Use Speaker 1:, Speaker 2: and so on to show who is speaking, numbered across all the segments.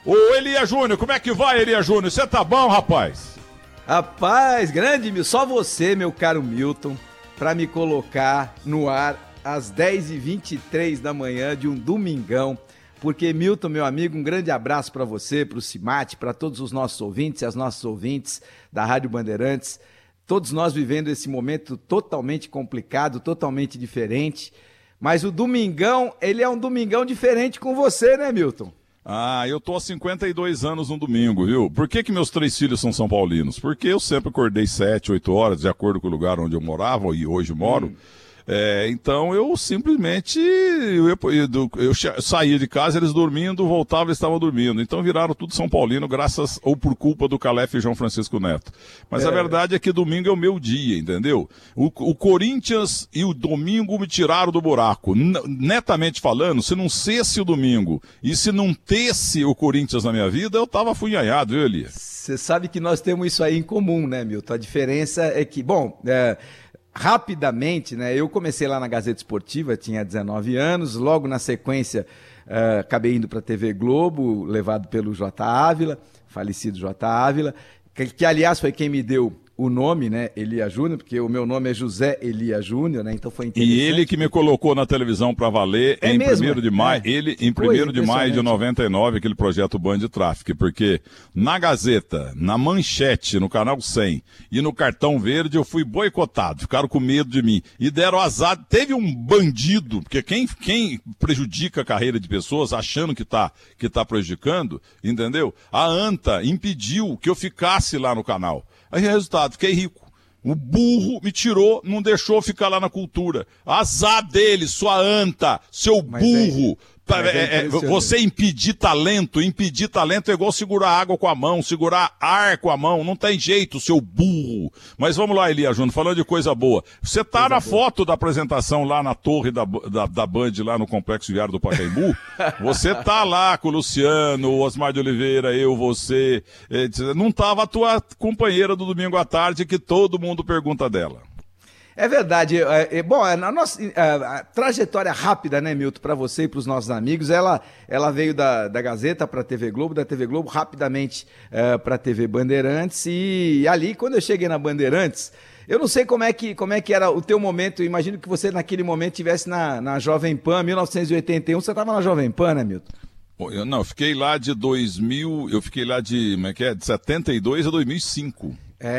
Speaker 1: Ô, Elia Júnior, como é que vai, Elia Júnior? Você tá bom, rapaz?
Speaker 2: Rapaz, grande, só você, meu caro Milton, pra me colocar no ar às 10h23 da manhã de um domingão. Porque, Milton, meu amigo, um grande abraço pra você, pro Cimate, pra todos os nossos ouvintes e as nossas ouvintes da Rádio Bandeirantes. Todos nós vivendo esse momento totalmente complicado, totalmente diferente. Mas o domingão, ele é um domingão diferente com você, né, Milton?
Speaker 1: Ah, eu tô há 52 anos no domingo, viu? Por que meus 3 filhos são são paulinos? Porque eu sempre acordei 7, 8 horas, de acordo com o lugar onde eu morava e hoje moro. Então eu simplesmente eu saía de casa, eles dormindo, voltava, eles estavam dormindo. Então viraram tudo São Paulino, graças ou por culpa do Calef e João Francisco Neto. Mas a verdade é que domingo é o meu dia, entendeu? O Corinthians e o domingo me tiraram do buraco. Netamente falando, se não cesse o domingo e se não tesse o Corinthians na minha vida, eu tava afunhanhado, viu, Elias?
Speaker 2: Você sabe que nós temos isso aí em comum, né, Milton? A diferença é que, rapidamente, né? Eu comecei lá na Gazeta Esportiva, tinha 19 anos, logo na sequência acabei indo para a TV Globo, levado pelo J. Ávila, falecido J. Ávila, que aliás foi quem me deu o nome, né, Elia Júnior, porque o meu nome é José Elia Júnior, né, então foi interessante.
Speaker 1: E ele que me colocou na televisão para valer em 1º de maio, em 1º de maio de 99, aquele projeto Band Traffic, porque na Gazeta, na Manchete, no Canal 100 e no Cartão Verde eu fui boicotado, ficaram com medo de mim e deram azar. Teve um bandido, porque quem prejudica a carreira de pessoas achando que tá prejudicando, entendeu? A ANTA impediu que eu ficasse lá no canal. Aí, resultado, fiquei rico. O burro me tirou, não deixou ficar lá na cultura. Azar dele, sua anta, seu burro. Você impedir talento é igual segurar água com a mão, segurar ar com a mão, não tem jeito, seu burro. Mas vamos lá, Elia Júnior, falando de coisa boa. Você tá na foto da apresentação lá na torre da Band, lá no Complexo Viário do Pacaembu? Você tá lá com o Luciano, o Osmar de Oliveira, eu, você. Não tava a tua companheira do domingo à tarde, que todo mundo pergunta dela.
Speaker 2: É verdade. A nossa a trajetória rápida, né, Milton, para você e para os nossos amigos, ela veio da Gazeta para a TV Globo, da TV Globo rapidamente para a TV Bandeirantes, e ali, quando eu cheguei na Bandeirantes, eu não sei como é que era o teu momento. Eu imagino que você naquele momento estivesse na Jovem Pan, 1981, você estava na Jovem Pan, né, Milton?
Speaker 1: Eu fiquei lá de 2000, eu fiquei lá de 72 a 2005.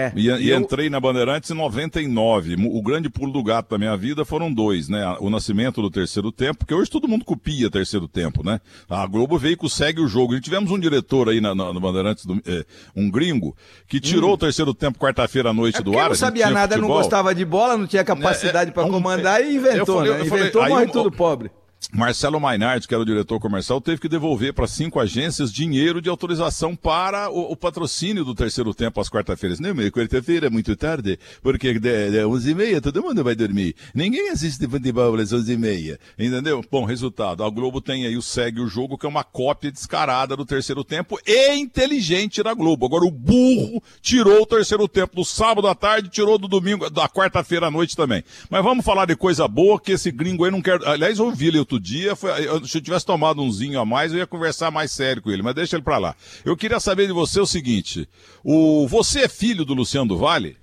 Speaker 1: E entrei na Bandeirantes em 99. O grande pulo do gato da minha vida foram 2, né? O nascimento do Terceiro Tempo, porque hoje todo mundo copia Terceiro Tempo, né? A Globo veio com Segue o Jogo. A gente tivemos um diretor aí na Bandeirantes, um gringo, que tirou o Terceiro Tempo quarta-feira à noite do ar.
Speaker 2: Não sabia nada, não gostava de bola, não tinha capacidade para comandar e inventou, morre tudo pobre.
Speaker 1: Marcelo Mainardi, que era o diretor comercial, teve que devolver para 5 agências dinheiro de autorização para o patrocínio do Terceiro Tempo às quarta-feiras. Não, mas quarta-feira é muito tarde, porque é 11h30, todo mundo vai dormir. Ninguém assiste futebol às 11h30, entendeu? Bom, resultado, a Globo tem aí o Segue o Jogo, que é uma cópia descarada do Terceiro Tempo e inteligente da Globo. Agora o burro tirou o Terceiro Tempo do sábado à tarde, tirou do domingo, da quarta-feira à noite também. Mas vamos falar de coisa boa, que esse gringo aí não quer... Aliás, eu ouvi ele outro dia, se eu tivesse tomado umzinho a mais, eu ia conversar mais sério com ele, mas deixa ele pra lá. Eu queria saber de você o seguinte, você é filho do Luciano do Vale?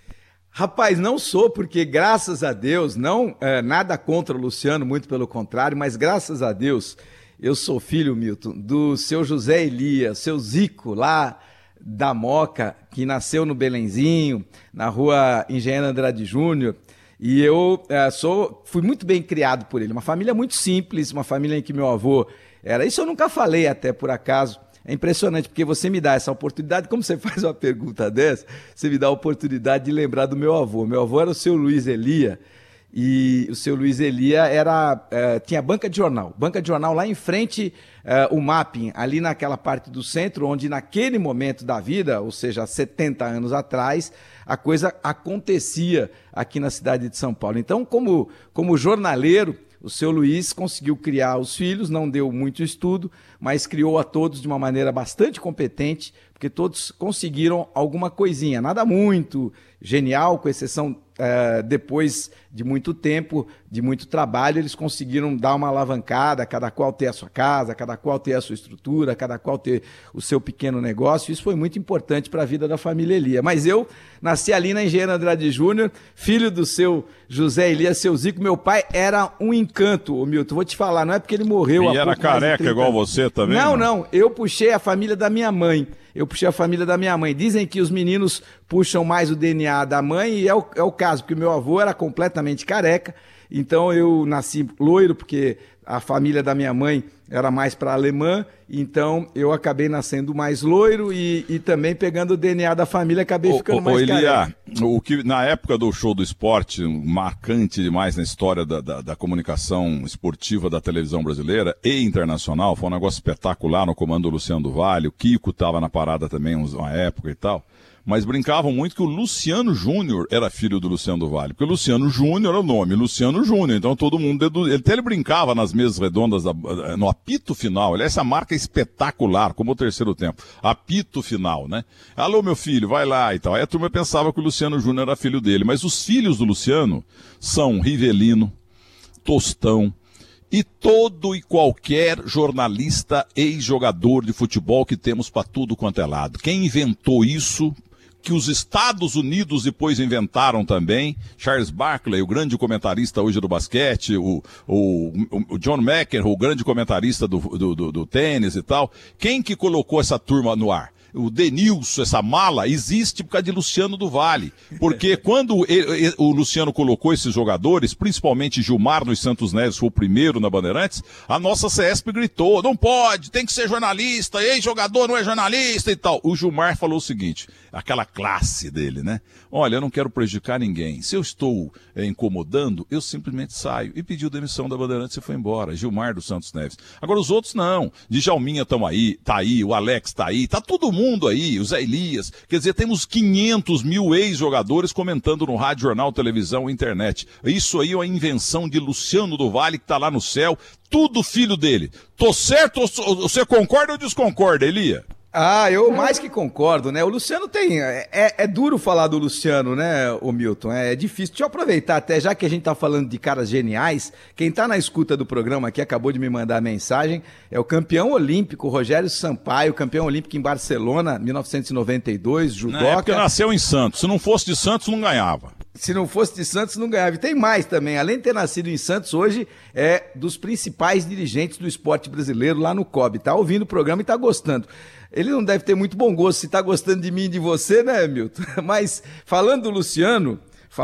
Speaker 2: Rapaz, não sou, porque graças a Deus, nada contra o Luciano, muito pelo contrário, mas graças a Deus, eu sou filho, Milton, do seu José Elia, seu Zico, lá da Moca, que nasceu no Belenzinho, na rua Engenheiro Andrade Júnior. E eu fui muito bem criado por ele, uma família muito simples, uma família em que meu avô era... Isso eu nunca falei até por acaso, é impressionante, porque você me dá essa oportunidade, como você faz uma pergunta dessa, você me dá a oportunidade de lembrar do meu avô. Meu avô era o seu Luiz Elia, e o seu Luiz Elia tinha banca de jornal lá em frente, o Mapping, ali naquela parte do centro, onde naquele momento da vida, ou seja, 70 anos atrás, a coisa acontecia aqui na cidade de São Paulo. Então, como jornaleiro, o seu Luiz conseguiu criar os filhos, não deu muito estudo, mas criou a todos de uma maneira bastante competente, porque todos conseguiram alguma coisinha, nada muito genial, com exceção depois de muito tempo de muito trabalho, eles conseguiram dar uma alavancada, cada qual ter a sua casa, cada qual ter a sua estrutura, cada qual ter o seu pequeno negócio. Isso foi muito importante para a vida da família Elia. Mas eu nasci ali na Engenheiro Andrade Júnior, filho do seu José Elias, seu Zico. Meu pai era um encanto, ô Milton, vou te falar, não é porque ele morreu
Speaker 1: há pouco mais de 30 anos. E era careca igual você também?
Speaker 2: Não, eu puxei a família da minha mãe. Dizem que os meninos puxam mais o DNA da mãe, e é o caso, porque meu avô era completamente careca. Então eu nasci loiro, porque a família da minha mãe era mais para alemã, então eu acabei nascendo mais loiro e também pegando o DNA da família, acabei ficando mais careca.
Speaker 1: O que na época do Show do Esporte, marcante demais na história da comunicação esportiva da televisão brasileira e internacional, foi um negócio espetacular no comando do Luciano do Vale, o Kiko estava na parada também uma época e tal. Mas brincavam muito que o Luciano Júnior era filho do Luciano do Vale, porque o Luciano Júnior era o nome, Luciano Júnior, então todo mundo, ele brincava nas mesas redondas, no apito final, essa marca é espetacular, como o terceiro tempo, apito final, né? Alô, meu filho, vai lá e tal. Aí a turma pensava que o Luciano Júnior era filho dele, mas os filhos do Luciano são Rivelino, Tostão, e todo e qualquer jornalista, ex-jogador de futebol que temos para tudo quanto é lado. Quem inventou isso, que os Estados Unidos depois inventaram também, Charles Barkley, o grande comentarista hoje do basquete, o John McEnroe, o grande comentarista do tênis e tal. Quem que colocou essa turma no ar? O Denilson, essa mala, existe por causa de Luciano do Vale. Porque quando o Luciano colocou esses jogadores, principalmente Gilmar nos Santos Neves, foi o primeiro na Bandeirantes, a nossa CESP gritou, não pode, tem que ser jornalista, ex-jogador não é jornalista e tal. O Gilmar falou o seguinte, aquela classe dele, né? Olha, eu não quero prejudicar ninguém. Se eu estou incomodando, eu simplesmente saio. E pediu demissão da Bandeirantes e foi embora. Gilmar dos Santos Neves. Agora os outros não. Djalminha estão aí, tá aí, o Alex tá aí, tá todo mundo aí, o Zé Elias. Quer dizer, temos 500 mil ex-jogadores comentando no rádio, jornal, televisão, internet. Isso aí é uma invenção de Luciano do Vale, que tá lá no céu. Tudo filho dele. Tô certo ou você concorda ou desconcorda, Elia?
Speaker 2: Ah, eu mais que concordo, né? O Luciano tem... É duro falar do Luciano, né, o Milton? É difícil. Deixa eu aproveitar até, já que a gente tá falando de caras geniais, quem tá na escuta do programa aqui, acabou de me mandar a mensagem, é o campeão olímpico, Rogério Sampaio, campeão olímpico em Barcelona, 1992, judoca.
Speaker 1: Na época nasceu em Santos. Se não fosse de Santos, não ganhava.
Speaker 2: Se não fosse de Santos, não ganhava. E tem mais também. Além de ter nascido em Santos, hoje é dos principais dirigentes do esporte brasileiro lá no COB. Tá ouvindo o programa e tá gostando. Ele não deve ter muito bom gosto se tá gostando de mim e de você, né, Milton? Mas falando do Luciano,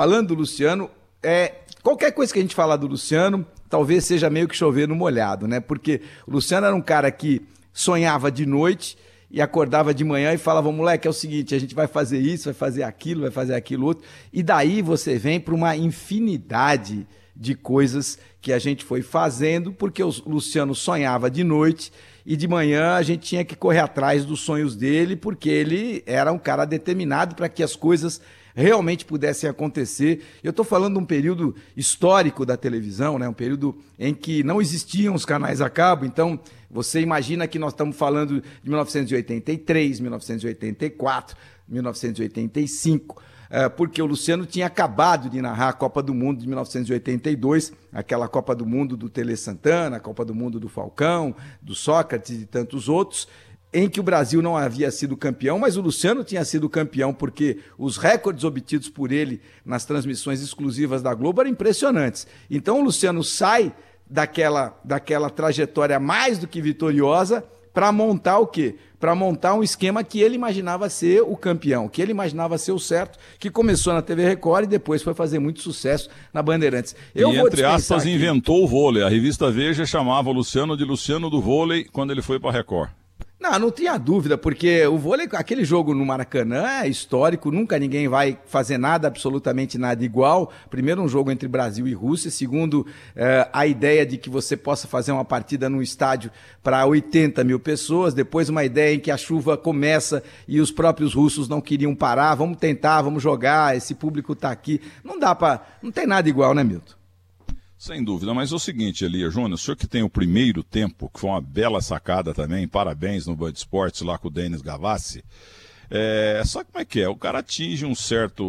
Speaker 2: qualquer coisa que a gente falar do Luciano, talvez seja meio que chover no molhado, né? Porque o Luciano era um cara que sonhava de noite e acordava de manhã e falava, moleque, é o seguinte, a gente vai fazer isso, vai fazer aquilo outro. E daí você vem para uma infinidade de coisas que a gente foi fazendo, porque o Luciano sonhava de noite e de manhã a gente tinha que correr atrás dos sonhos dele, porque ele era um cara determinado para que as coisas realmente pudessem acontecer. Eu estou falando de um período histórico da televisão, né? Um período em que não existiam os canais a cabo, então você imagina que nós estamos falando de 1983, 1984, 1985, porque o Luciano tinha acabado de narrar a Copa do Mundo de 1982, aquela Copa do Mundo do Tele Santana, a Copa do Mundo do Falcão, do Sócrates e tantos outros, em que o Brasil não havia sido campeão, mas o Luciano tinha sido campeão, porque os recordes obtidos por ele nas transmissões exclusivas da Globo eram impressionantes. Então o Luciano sai daquela trajetória mais do que vitoriosa para montar o quê? Para montar um esquema que ele imaginava ser o campeão, que ele imaginava ser o certo, que começou na TV Record e depois foi fazer muito sucesso na Bandeirantes.
Speaker 1: Entre aspas, inventou o vôlei. A revista Veja chamava o Luciano de Luciano do vôlei quando ele foi para a Record.
Speaker 2: Não tinha dúvida, porque o vôlei, aquele jogo no Maracanã é histórico, nunca ninguém vai fazer nada, absolutamente nada igual. Primeiro, um jogo entre Brasil e Rússia. Segundo, a ideia de que você possa fazer uma partida num estádio para 80 mil pessoas. Depois, uma ideia em que a chuva começa e os próprios russos não queriam parar. Vamos tentar, vamos jogar, esse público está aqui. Não tem nada igual, né, Milton?
Speaker 1: Sem dúvida, mas é o seguinte, Elia Júnior, o senhor que tem o primeiro tempo, que foi uma bela sacada também, parabéns no Band Esportes lá com o Denis Gavassi, Sabe como é que é? O cara atinge um certo,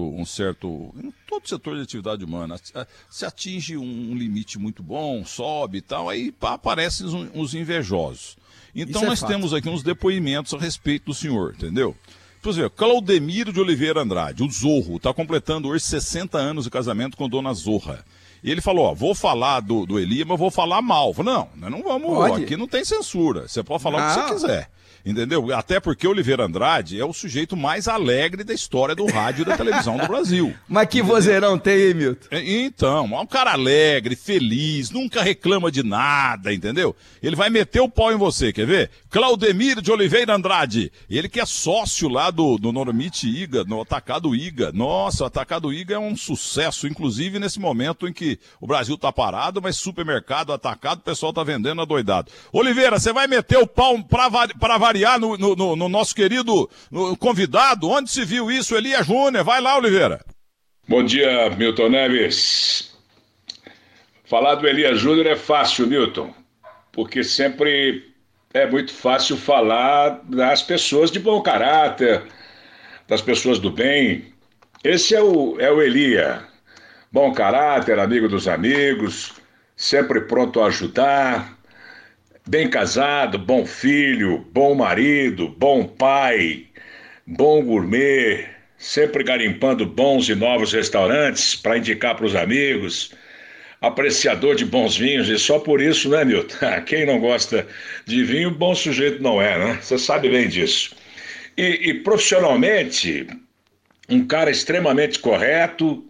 Speaker 1: em todo setor de atividade humana, se atinge um limite muito bom, sobe e tal, aí aparecem os invejosos. Então nós temos aqui uns depoimentos a respeito do senhor, entendeu? Por exemplo, Claudemiro de Oliveira Andrade, o Zorro, está completando hoje 60 anos de casamento com Dona Zorra. E ele falou, vou falar do Eli, mas vou falar mal. Falei, não, nós não vamos, pode. Aqui não tem censura, você pode falar o que você quiser. Entendeu? Até porque Oliveira Andrade é o sujeito mais alegre da história do rádio e da televisão do Brasil.
Speaker 2: Mas que vozeirão tem, hein, Milton?
Speaker 1: Então, é um cara alegre, feliz, nunca reclama de nada, entendeu? Ele vai meter o pau em você, quer ver? Claudemiro de Oliveira Andrade, ele que é sócio lá do Normite Iga, no Atacado Iga. Nossa, o Atacado Iga é um sucesso, inclusive nesse momento em que o Brasil tá parado, mas supermercado, atacado, o pessoal tá vendendo adoidado. Oliveira, você vai meter o pau para variar no nosso querido convidado? Onde se viu isso? Elias Júnior. Vai lá, Oliveira.
Speaker 3: Bom dia, Milton Neves. Falar do Elias Júnior é fácil, Milton, porque sempre é muito fácil falar das pessoas de bom caráter, das pessoas do bem. Esse é o Elias. Bom caráter, amigo dos amigos, sempre pronto a ajudar, bem casado, bom filho, bom marido, bom pai, bom gourmet, sempre garimpando bons e novos restaurantes para indicar para os amigos, apreciador de bons vinhos, e só por isso, né, Milton? Quem não gosta de vinho, bom sujeito não é, né? Você sabe bem disso. E profissionalmente, um cara extremamente correto,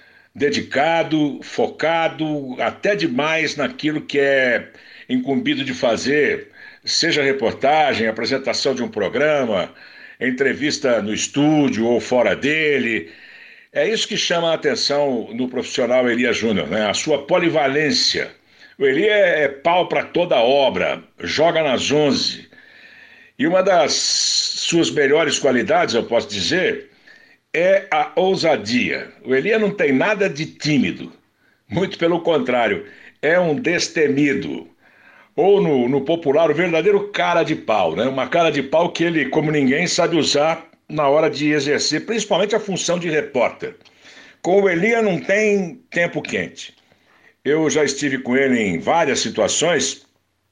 Speaker 3: dedicado, focado, até demais naquilo que é incumbido de fazer, seja reportagem, apresentação de um programa, entrevista no estúdio ou fora dele. É isso que chama a atenção no profissional Elias Júnior, né? A sua polivalência. O Eli é pau para toda obra, joga nas 11. E uma das suas melhores qualidades, eu posso dizer, é a ousadia. O Elias não tem nada de tímido, muito pelo contrário, é um destemido. Ou no popular, o verdadeiro cara de pau, né? Uma cara de pau que ele, como ninguém, sabe usar na hora de exercer, principalmente a função de repórter. Com o Elias não tem tempo quente. Eu já estive com ele em várias situações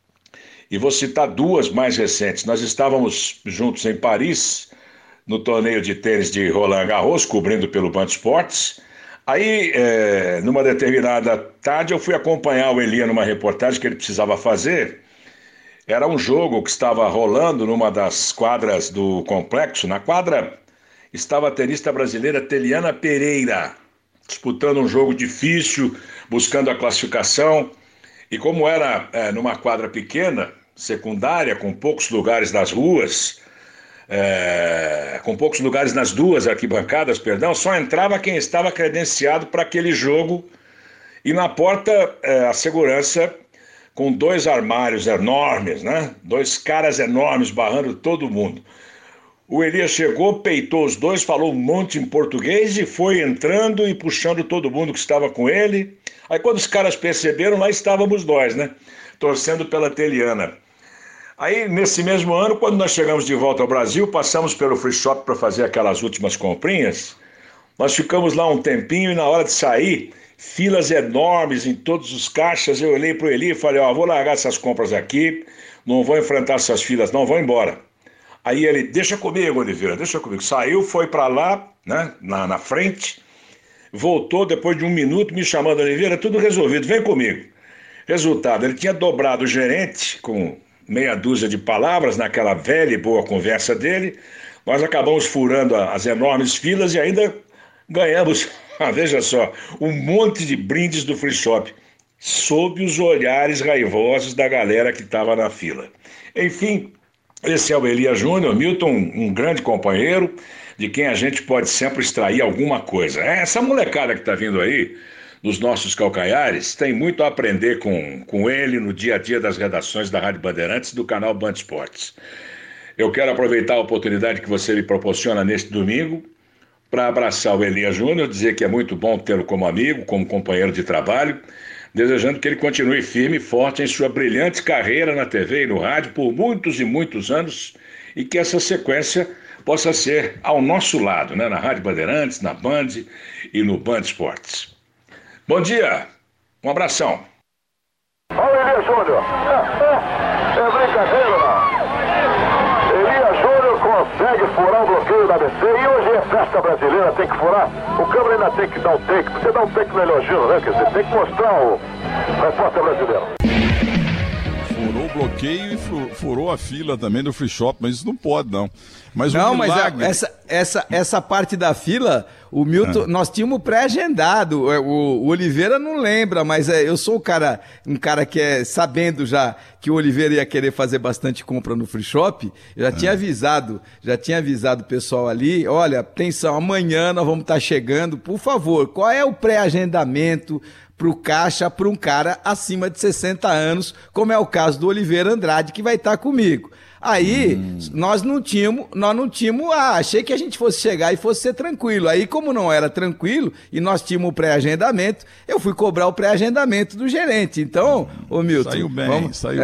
Speaker 3: e vou citar duas mais recentes. Nós estávamos juntos em Paris, no torneio de tênis de Roland Garros, cobrindo pelo Band Esportes. Aí, numa determinada tarde, eu fui acompanhar o Elias numa reportagem que ele precisava fazer. Era um jogo que estava rolando numa das quadras do complexo. Na quadra estava a tenista brasileira Teliana Pereira, disputando um jogo difícil, buscando a classificação. E como era numa quadra pequena, secundária, com poucos lugares nas ruas, com poucos lugares nas duas arquibancadas, perdão, só entrava quem estava credenciado para aquele jogo. E na porta, a segurança com 2 armários enormes, né? 2 caras enormes barrando todo mundo. O Elias chegou, peitou os 2, falou um monte em português e foi entrando e puxando todo mundo que estava com ele. Aí quando os caras perceberam, lá estávamos nós, né? Torcendo pela Teliana. Aí, nesse mesmo ano, quando nós chegamos de volta ao Brasil, passamos pelo Free Shop para fazer aquelas últimas comprinhas. Nós ficamos lá um tempinho e na hora de sair, filas enormes em todos os caixas. Eu olhei para o Eli e falei, vou largar essas compras aqui, não vou enfrentar essas filas, não, vou embora. Aí ele, deixa comigo, Oliveira, deixa comigo. Saiu, foi para lá, né, na frente, voltou depois de 1 minuto me chamando, Oliveira, tudo resolvido, vem comigo. Resultado, ele tinha dobrado o gerente com meia dúzia de palavras naquela velha e boa conversa dele. Nós acabamos furando as enormes filas e ainda ganhamos, veja só, um monte de brindes do Free Shop, sob os olhares raivosos da galera que estava na fila. Enfim, esse é o Elias Júnior, Milton, um grande companheiro, de quem a gente pode sempre extrair alguma coisa. Essa molecada que está vindo aí, dos nossos calcanhares, tem muito a aprender com ele no dia a dia das redações da Rádio Bandeirantes e do canal Band Esportes. Eu quero aproveitar a oportunidade que você me proporciona neste domingo para abraçar o Elias Júnior, dizer que é muito bom tê-lo como amigo, como companheiro de trabalho, desejando que ele continue firme e forte em sua brilhante carreira na TV e no rádio por muitos e muitos anos e que essa sequência possa ser ao nosso lado, né? Na Rádio Bandeirantes, na Band e no Band Esportes. Bom dia, um abração.
Speaker 4: Olha o Elias Júnior. É brincadeira, não. Elias Júnior consegue furar o bloqueio da ABC e hoje é festa brasileira, tem que furar. O câmera ainda tem que dar um take. Você dá um take no Elias Júnior, né? Quer dizer, tem que mostrar o repórter brasileiro.
Speaker 1: Furou o bloqueio e furou a fila também do free shop, mas isso não pode, não. Mas
Speaker 2: não,
Speaker 1: o milagre...
Speaker 2: mas essa parte da fila, o Milton, nós tínhamos pré-agendado. O Oliveira não lembra, mas eu sou um cara que é sabendo já que o Oliveira ia querer fazer bastante compra no free shop. Eu já tinha avisado o pessoal ali, olha, atenção, amanhã nós vamos estar chegando, por favor, qual é o pré-agendamento pro caixa, para um cara acima de 60 anos, como é o caso do Oliveira Andrade, que vai estar comigo. Aí, nós não tínhamos, achei que a gente fosse chegar e fosse ser tranquilo. Aí, como não era tranquilo, e nós tínhamos o pré-agendamento, eu fui cobrar o pré-agendamento do gerente. Então, ô Milton...
Speaker 1: Saiu bem, saiu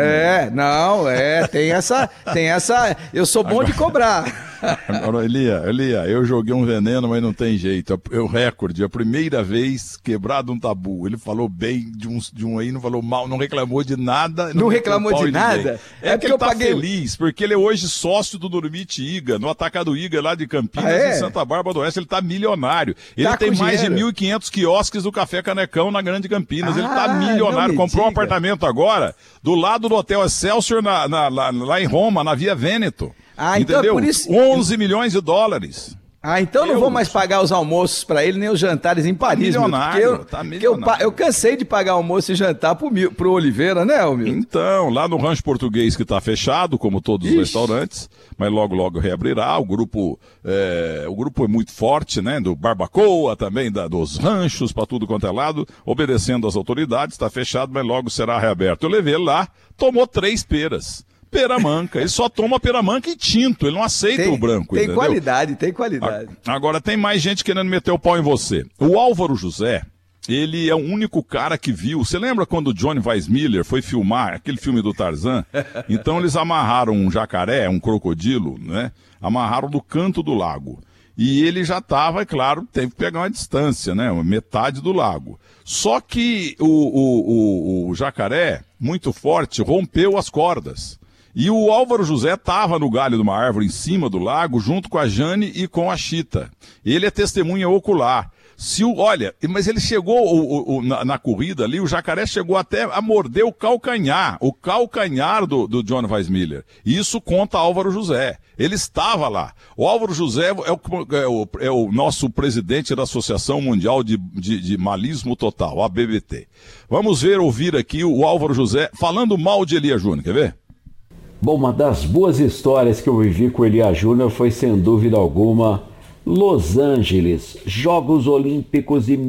Speaker 2: bem. Tem essa... Eu sou bom de cobrar.
Speaker 1: Agora, Elia, eu joguei um veneno, mas não tem jeito. É o recorde, a primeira vez quebrado um tabu. Ele falou bem de um aí, não falou mal, não reclamou de nada.
Speaker 2: Não reclamou de nada?
Speaker 1: É porque ele tá feliz, porque ele é hoje sócio do Dormite Iga, no Atacado Iga lá de Campinas, em Santa Bárbara do Oeste. Ele tá milionário. Ele tem mais de 1.500 quiosques do Café Canecão na Grande Campinas. Ele tá milionário. Comprou um apartamento agora do lado do Hotel Excelsior lá em Roma, na Via Vêneto.
Speaker 2: Então
Speaker 1: entendeu?
Speaker 2: Por isso...
Speaker 1: 11 milhões de dólares.
Speaker 2: Então não vou mais pagar os almoços para ele, nem os jantares em Paris.
Speaker 1: Milionário,
Speaker 2: eu cansei de pagar almoço e jantar pro Oliveira, né, Milton?
Speaker 1: Então, lá no Rancho Português, que está fechado, como todos os restaurantes, mas logo reabrirá. O grupo é muito forte, né, do Barbacoa, também dos ranchos, para tudo quanto é lado, obedecendo às autoridades, está fechado, mas logo será reaberto. Eu levei ele lá, tomou 3 peras. Pera manca, ele só toma pera manca e tinto, ele não aceita o branco,
Speaker 2: tem
Speaker 1: entendeu?
Speaker 2: Tem qualidade.
Speaker 1: Agora, tem mais gente querendo meter o pau em você. O Álvaro José, ele é o único cara que viu, você lembra quando o Johnny Weissmuller foi filmar aquele filme do Tarzan? Então eles amarraram um jacaré, um crocodilo, né? Amarraram no canto do lago. E ele já estava, é claro, teve que pegar uma distância, né? Metade do lago. Só que o jacaré, muito forte, rompeu as cordas. E o Álvaro José estava no galho de uma árvore em cima do lago, junto com a Jane e com a Chita. Ele é testemunha ocular. Mas ele chegou na corrida ali, o jacaré chegou até a morder o calcanhar do John Weissmuller. Isso conta Álvaro José. Ele estava lá. O Álvaro José é o nosso presidente da Associação Mundial de Malismo Total, a BBT. Vamos ouvir aqui o Álvaro José falando mal de Elias Júnior, quer ver?
Speaker 5: Bom, uma das boas histórias que eu vivi com o Elias Júnior foi, sem dúvida alguma, Los Angeles, Jogos Olímpicos de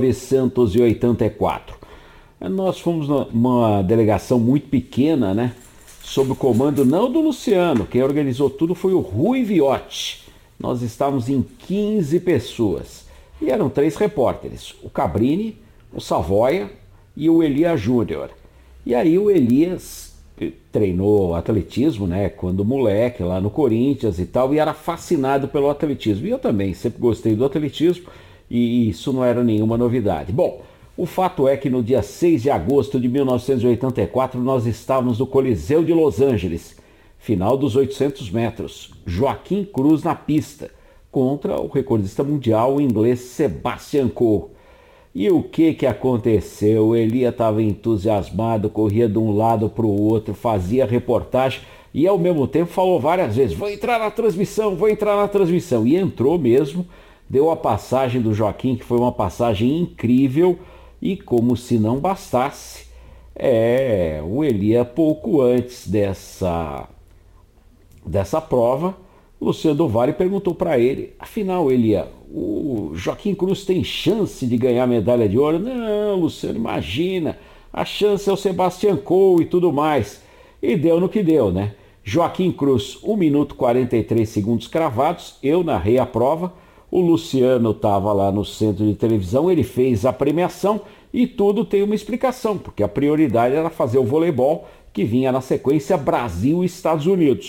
Speaker 5: 1984. Nós fomos uma delegação muito pequena, né? Sob o comando não do Luciano, quem organizou tudo foi o Rui Viotti. Nós estávamos em 15 pessoas e eram 3 repórteres, o Cabrini, o Savoia e o Elias Júnior. E aí o Elias treinou atletismo, né, quando moleque, lá no Corinthians e tal, e era fascinado pelo atletismo. E eu também sempre gostei do atletismo e isso não era nenhuma novidade. Bom, o fato é que no dia 6 de agosto de 1984 nós estávamos no Coliseu de Los Angeles, final dos 800 metros, Joaquim Cruz na pista, contra o recordista mundial, o inglês Sebastian Coe. E o que aconteceu? O Elia estava entusiasmado, corria de um lado para o outro, fazia reportagem e ao mesmo tempo falou várias vezes, vou entrar na transmissão. E entrou mesmo, deu a passagem do Joaquim, que foi uma passagem incrível, e como se não bastasse, o Elia, pouco antes dessa prova, Luciano do Vale perguntou para ele, afinal, Elia, o Joaquim Cruz tem chance de ganhar medalha de ouro? Não, Luciano, imagina, a chance é o Sebastian Coe e tudo mais. E deu no que deu, né? Joaquim Cruz, 1 minuto e 43 segundos cravados, eu narrei a prova, o Luciano estava lá no centro de televisão, ele fez a premiação e tudo tem uma explicação, porque a prioridade era fazer o voleibol, que vinha na sequência Brasil e Estados Unidos.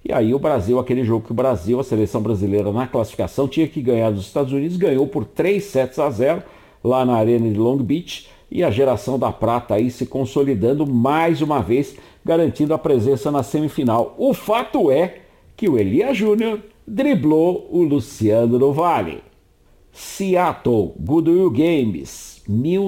Speaker 5: E aí o Brasil, aquele jogo que o Brasil, a seleção brasileira na classificação, tinha que ganhar dos Estados Unidos, ganhou por 3-0 lá na Arena de Long Beach, e a geração da prata aí se consolidando mais uma vez, garantindo a presença na semifinal. O fato é que o Elias Júnior driblou o Luciano do Vale. Seattle, Goodwill Games,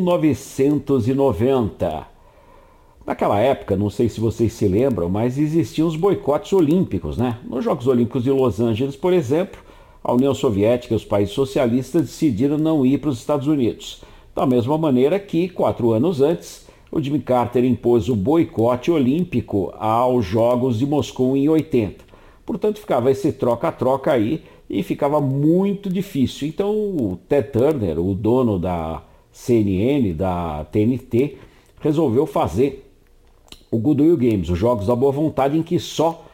Speaker 5: 1990. Naquela época, não sei se vocês se lembram, mas existiam os boicotes olímpicos, né? Nos Jogos Olímpicos de Los Angeles, por exemplo, a União Soviética e os países socialistas decidiram não ir para os Estados Unidos. Da mesma maneira que, 4 anos antes, o Jimmy Carter impôs o boicote olímpico aos Jogos de Moscou em 80. Portanto, ficava esse troca-troca aí e ficava muito difícil. Então, o Ted Turner, o dono da CNN, da TNT, resolveu fazer o Goodwill Games, os Jogos da Boa Vontade, em que só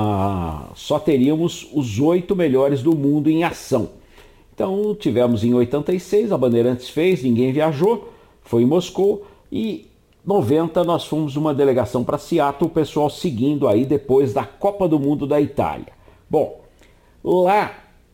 Speaker 5: teríamos os 8 melhores do mundo em ação. Então tivemos em 86, a Bandeirantes fez, ninguém viajou, foi em Moscou, e 90 nós fomos uma delegação para Seattle, o pessoal seguindo aí depois da Copa do Mundo da Itália. Bom, lá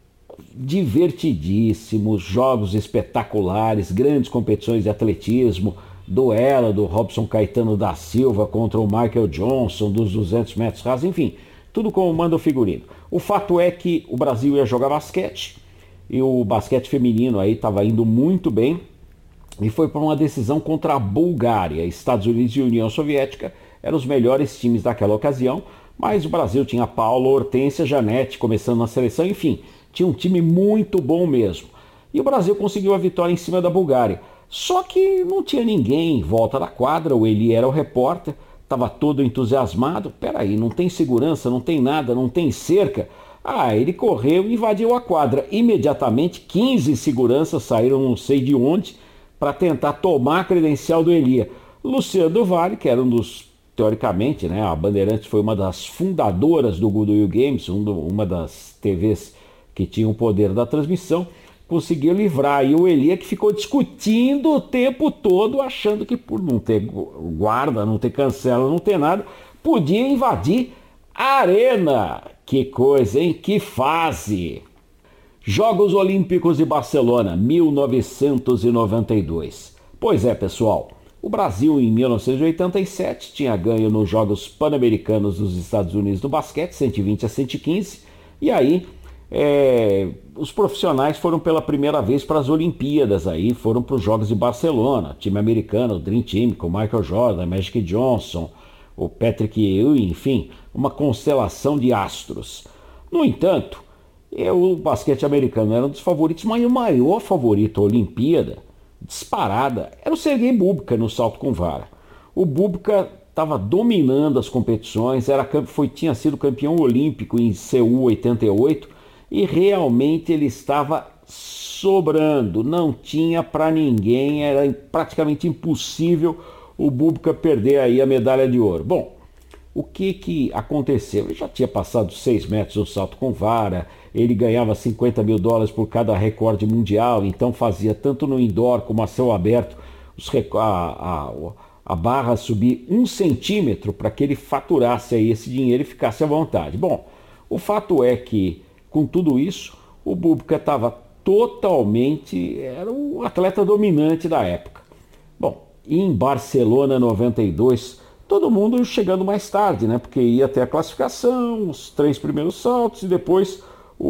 Speaker 5: divertidíssimos, jogos espetaculares, grandes competições de atletismo, duelo do Robson Caetano da Silva contra o Michael Johnson dos 200 metros rasos, enfim, tudo como manda o figurino. O fato é que o Brasil ia jogar basquete e o basquete feminino aí estava indo muito bem e foi para uma decisão contra a Bulgária. Estados Unidos e União Soviética eram os melhores times daquela ocasião, mas o Brasil tinha Paula, Hortência, Janete começando na seleção, enfim, tinha um time muito bom mesmo. E o Brasil conseguiu a vitória em cima da Bulgária. Só que não tinha ninguém em volta da quadra, o Eli era o repórter, estava todo entusiasmado. Peraí, não tem segurança, não tem nada, não tem cerca. Ele correu e invadiu a quadra. Imediatamente, 15 seguranças saíram não sei de onde para tentar tomar a credencial do Elia. Luciano do Vale, que era um dos, teoricamente, né, a Bandeirantes foi uma das fundadoras do Goodwill Games, uma das TVs que tinha o poder da transmissão, conseguiu livrar. E o Elia que ficou discutindo o tempo todo, achando que por não ter guarda, não ter cancela, não ter nada, podia invadir a arena. Que coisa, hein? Que fase! Jogos Olímpicos de Barcelona, 1992. Pois é, pessoal, o Brasil em 1987 tinha ganho nos Jogos Pan-Americanos dos Estados Unidos no basquete, 120-115, e aí os profissionais foram pela primeira vez para as Olimpíadas, aí foram para os Jogos de Barcelona, time americano, o Dream Team, com o Michael Jordan, Magic Johnson, o Patrick Ewing, enfim, uma constelação de astros. No entanto, o basquete americano era um dos favoritos, mas o maior favorito à Olimpíada, disparada, era o Sergei Bubka no salto com vara. O Bubka estava dominando as competições, tinha sido campeão olímpico em Seul 88, e realmente ele estava sobrando, não tinha para ninguém, era praticamente impossível o Bubka perder aí a medalha de ouro. Bom, o que aconteceu? Ele já tinha passado 6 metros no salto com vara, ele ganhava $50 mil por cada recorde mundial, então fazia tanto no indoor como a céu aberto a barra subir 1 centímetro para que ele faturasse aí esse dinheiro e ficasse à vontade. Bom, o fato é que com tudo isso, o Bubka estava totalmente, era o atleta dominante da época. Bom, e em Barcelona 92, todo mundo chegando mais tarde, né? Porque ia ter a classificação, os 3 primeiros saltos e depois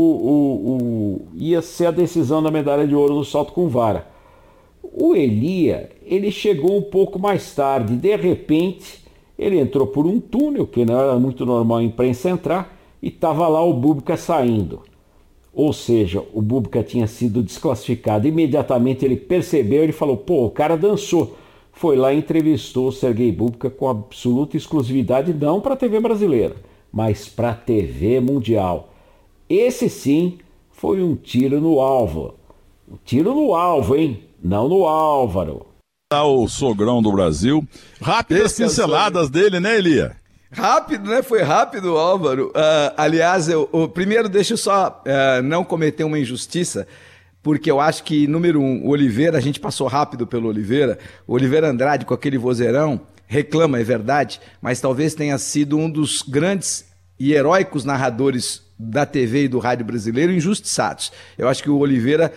Speaker 5: ia ser a decisão da medalha de ouro no salto com vara. O Elia, ele chegou um pouco mais tarde, de repente, ele entrou por um túnel, que não era muito normal a imprensa entrar, e estava lá o Bubka saindo. Ou seja, o Bubka tinha sido desclassificado. Imediatamente ele percebeu, ele falou, o cara dançou. Foi lá e entrevistou o Sergei Bubka com absoluta exclusividade, não para a TV brasileira, mas para a TV mundial. Esse sim foi um tiro no alvo. Um tiro no alvo, hein? Não no Álvaro.
Speaker 1: O sogrão do Brasil. Rápidas pinceladas dele, né, Elia?
Speaker 2: Rápido, né? Foi rápido, Álvaro. Aliás, primeiro deixa eu só não cometer uma injustiça, porque eu acho que, número 1, o Oliveira, a gente passou rápido pelo Oliveira. O Oliveira Andrade, com aquele vozeirão, reclama, é verdade, mas talvez tenha sido um dos grandes e heróicos narradores da TV e do rádio brasileiro injustiçados. Eu acho que o Oliveira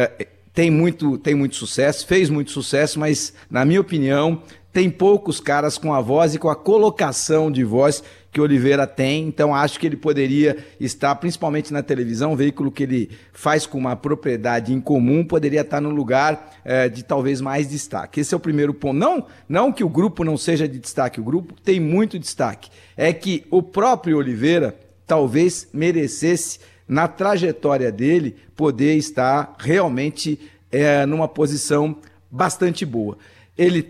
Speaker 2: tem muito sucesso, fez muito sucesso, mas, na minha opinião, tem poucos caras com a voz e com a colocação de voz que o Oliveira tem, então acho que ele poderia estar, principalmente na televisão, um veículo que ele faz com uma propriedade em comum, poderia estar no lugar de talvez mais destaque. Esse é o primeiro ponto. Não que o grupo não seja de destaque, o grupo tem muito destaque. É que o próprio Oliveira talvez merecesse, na trajetória dele, poder estar realmente numa posição bastante boa. Ele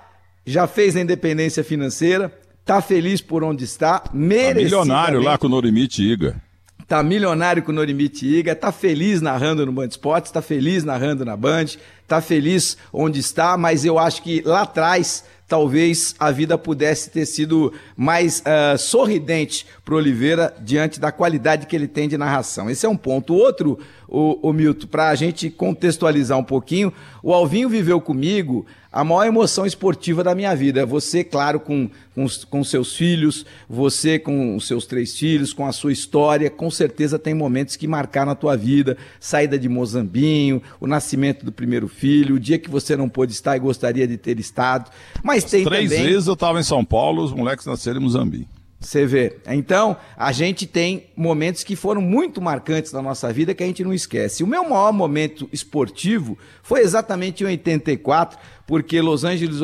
Speaker 2: já fez a independência financeira, tá feliz por onde está, merecidamente.
Speaker 1: Tá milionário lá com o Norimite Iga.
Speaker 2: Tá milionário com o Norimite Iga, tá feliz narrando no Band Esportes, tá feliz narrando na Band, tá feliz onde está, mas eu acho que lá atrás talvez a vida pudesse ter sido mais sorridente para o Oliveira diante da qualidade que ele tem de narração. Esse é um ponto. O outro, o Milton, para a gente contextualizar um pouquinho, o Alvinho viveu comigo a maior emoção esportiva da minha vida. Você, claro, com seus filhos, você com os seus 3 filhos, com a sua história, com certeza tem momentos que marcaram a tua vida, saída de Mozambinho, o nascimento do primeiro filho, o dia que você não pôde estar e gostaria de ter estado. Mas tem
Speaker 1: 3
Speaker 2: também...
Speaker 1: vezes eu estava em São Paulo, os moleques nasceram em Mozambique.
Speaker 2: Você vê. Então, a gente tem momentos que foram muito marcantes na nossa vida que a gente não esquece. O meu maior momento esportivo foi exatamente em 84, porque Los Angeles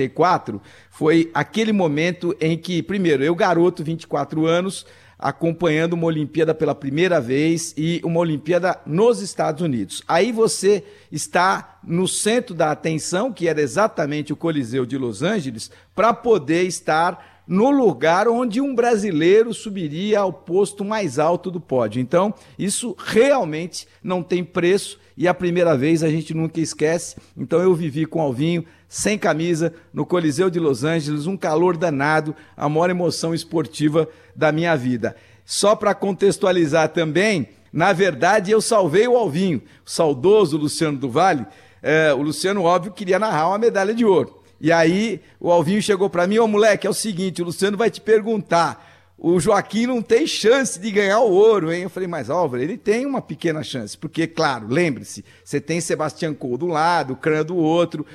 Speaker 2: 84 foi aquele momento em que, primeiro, eu garoto, 24 anos, acompanhando uma Olimpíada pela primeira vez e uma Olimpíada nos Estados Unidos. Aí você está no centro da atenção, que era exatamente o Coliseu de Los Angeles, para poder estar no lugar onde um brasileiro subiria ao posto mais alto do pódio. Então, isso realmente não tem preço e a primeira vez a gente nunca esquece. Então, eu vivi com o Alvinho, sem camisa, no Coliseu de Los Angeles, um calor danado, a maior emoção esportiva da minha vida. Só para contextualizar também, na verdade, eu salvei o Alvinho, o saudoso Luciano do Vale. O Luciano, óbvio, queria narrar uma medalha de ouro. E aí o Alvinho chegou para mim, moleque, é o seguinte, o Luciano vai te perguntar, o Joaquim não tem chance de ganhar o ouro, hein? Eu falei, mas Álvaro, ele tem uma pequena chance, porque, claro, lembre-se, você tem Sebastião Coe do lado, Cran do outro,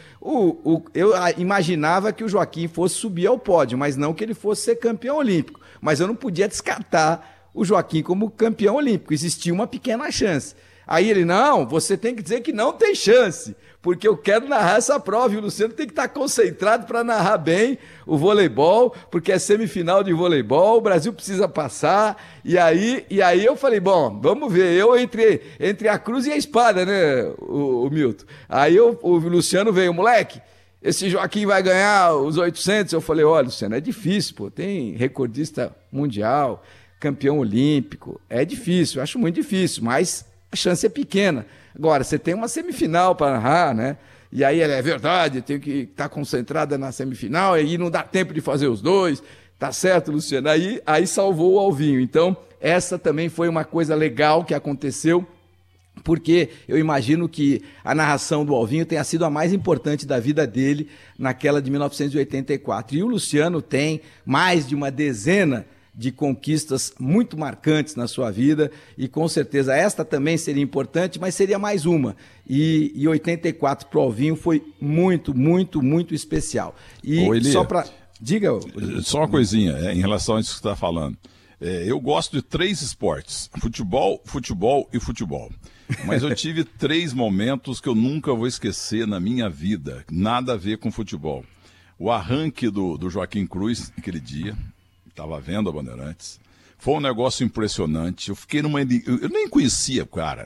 Speaker 2: eu imaginava que o Joaquim fosse subir ao pódio, mas não que ele fosse ser campeão olímpico, mas eu não podia descartar o Joaquim como campeão olímpico, existia uma pequena chance. Aí ele, não, você tem que dizer que não tem chance, porque eu quero narrar essa prova, e o Luciano tem que estar concentrado para narrar bem o voleibol, porque é semifinal de voleibol, o Brasil precisa passar, e aí eu falei, bom, vamos ver, eu entre a cruz e a espada, né, o Milton. Aí o Luciano veio, moleque, esse Joaquim vai ganhar os 800, eu falei, olha, Luciano, é difícil, pô, tem recordista mundial, campeão olímpico, é difícil, eu acho muito difícil, mas a chance é pequena. Agora, você tem uma semifinal para narrar, né? E aí é verdade, tem que estar concentrada na semifinal, e aí não dá tempo de fazer os dois. Tá certo, Luciano? Aí salvou o Alvinho. Então, essa também foi uma coisa legal que aconteceu, porque eu imagino que a narração do Alvinho tenha sido a mais importante da vida dele naquela de 1984. E o Luciano tem mais de uma dezena de conquistas muito marcantes na sua vida, e com certeza esta também seria importante, mas seria mais uma. E 84 para o Alvinho foi muito, muito, muito especial. E
Speaker 1: Elia,
Speaker 2: só para... Diga.
Speaker 1: Só uma coisinha em relação a isso que você está falando. Eu gosto de 3 esportes, futebol, futebol e futebol. Mas eu tive 3 momentos que eu nunca vou esquecer na minha vida, nada a ver com futebol. O arranque do Joaquim Cruz, naquele dia, estava vendo a Bandeirantes, foi um negócio impressionante. Eu fiquei eu nem conhecia o cara,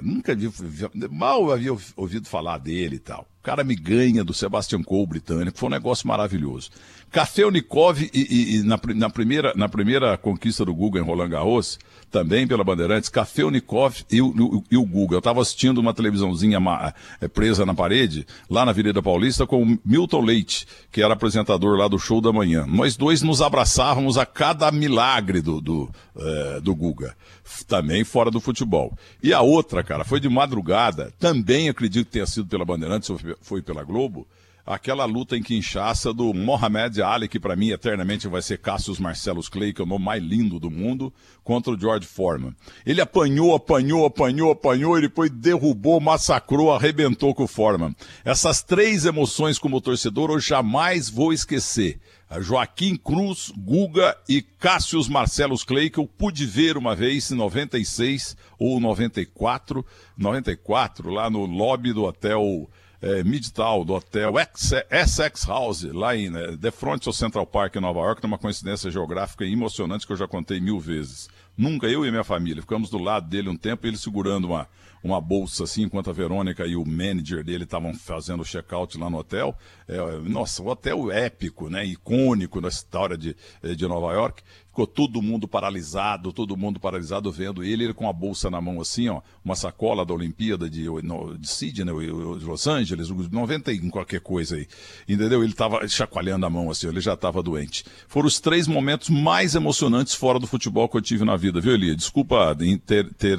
Speaker 1: mal havia ouvido falar dele e tal. O cara me ganha do Sebastião Coe, britânico, foi um negócio maravilhoso. Kafelnikov e na primeira conquista do Guga em Roland Garros, também pela Bandeirantes, Kafelnikov e o Guga. Eu estava assistindo uma televisãozinha presa na parede, lá na Avenida Paulista, com o Milton Leite, que era apresentador lá do Show da Manhã. Nós dois nos abraçávamos a cada milagre do Guga, também fora do futebol. E a outra, cara, foi de madrugada, também acredito que tenha sido pela Bandeirantes, ou foi pela Globo, aquela luta em Kinshasa do Muhammad Ali, que para mim eternamente vai ser Cassius Marcellus Clay, que é o nome mais lindo do mundo, contra o George Foreman. Ele apanhou, e depois derrubou, massacrou, arrebentou com o Foreman. Essas 3 emoções como torcedor eu jamais vou esquecer. Joaquim Cruz, Guga e Cassius Marcellus Clay, que eu pude ver uma vez em 96 ou 94, lá no lobby do hotel Midtown, do hotel Essex House, lá em The Front of Central Park, em Nova York, numa coincidência geográfica emocionante que eu já contei 1000 vezes. Nunca eu e minha família, ficamos do lado dele um tempo, ele segurando uma bolsa assim, enquanto a Verônica e o manager dele estavam fazendo o check-out lá no hotel. Nossa, um hotel épico, né, icônico na história de Nova York. Ficou todo mundo paralisado vendo ele com a bolsa na mão assim, ó, uma sacola da Olimpíada de Sydney, de Los Angeles, 90 e qualquer coisa aí, entendeu? Ele estava chacoalhando a mão assim, ele já estava doente. Foram os 3 momentos mais emocionantes fora do futebol que eu tive na vida, viu, Elia? Desculpa ter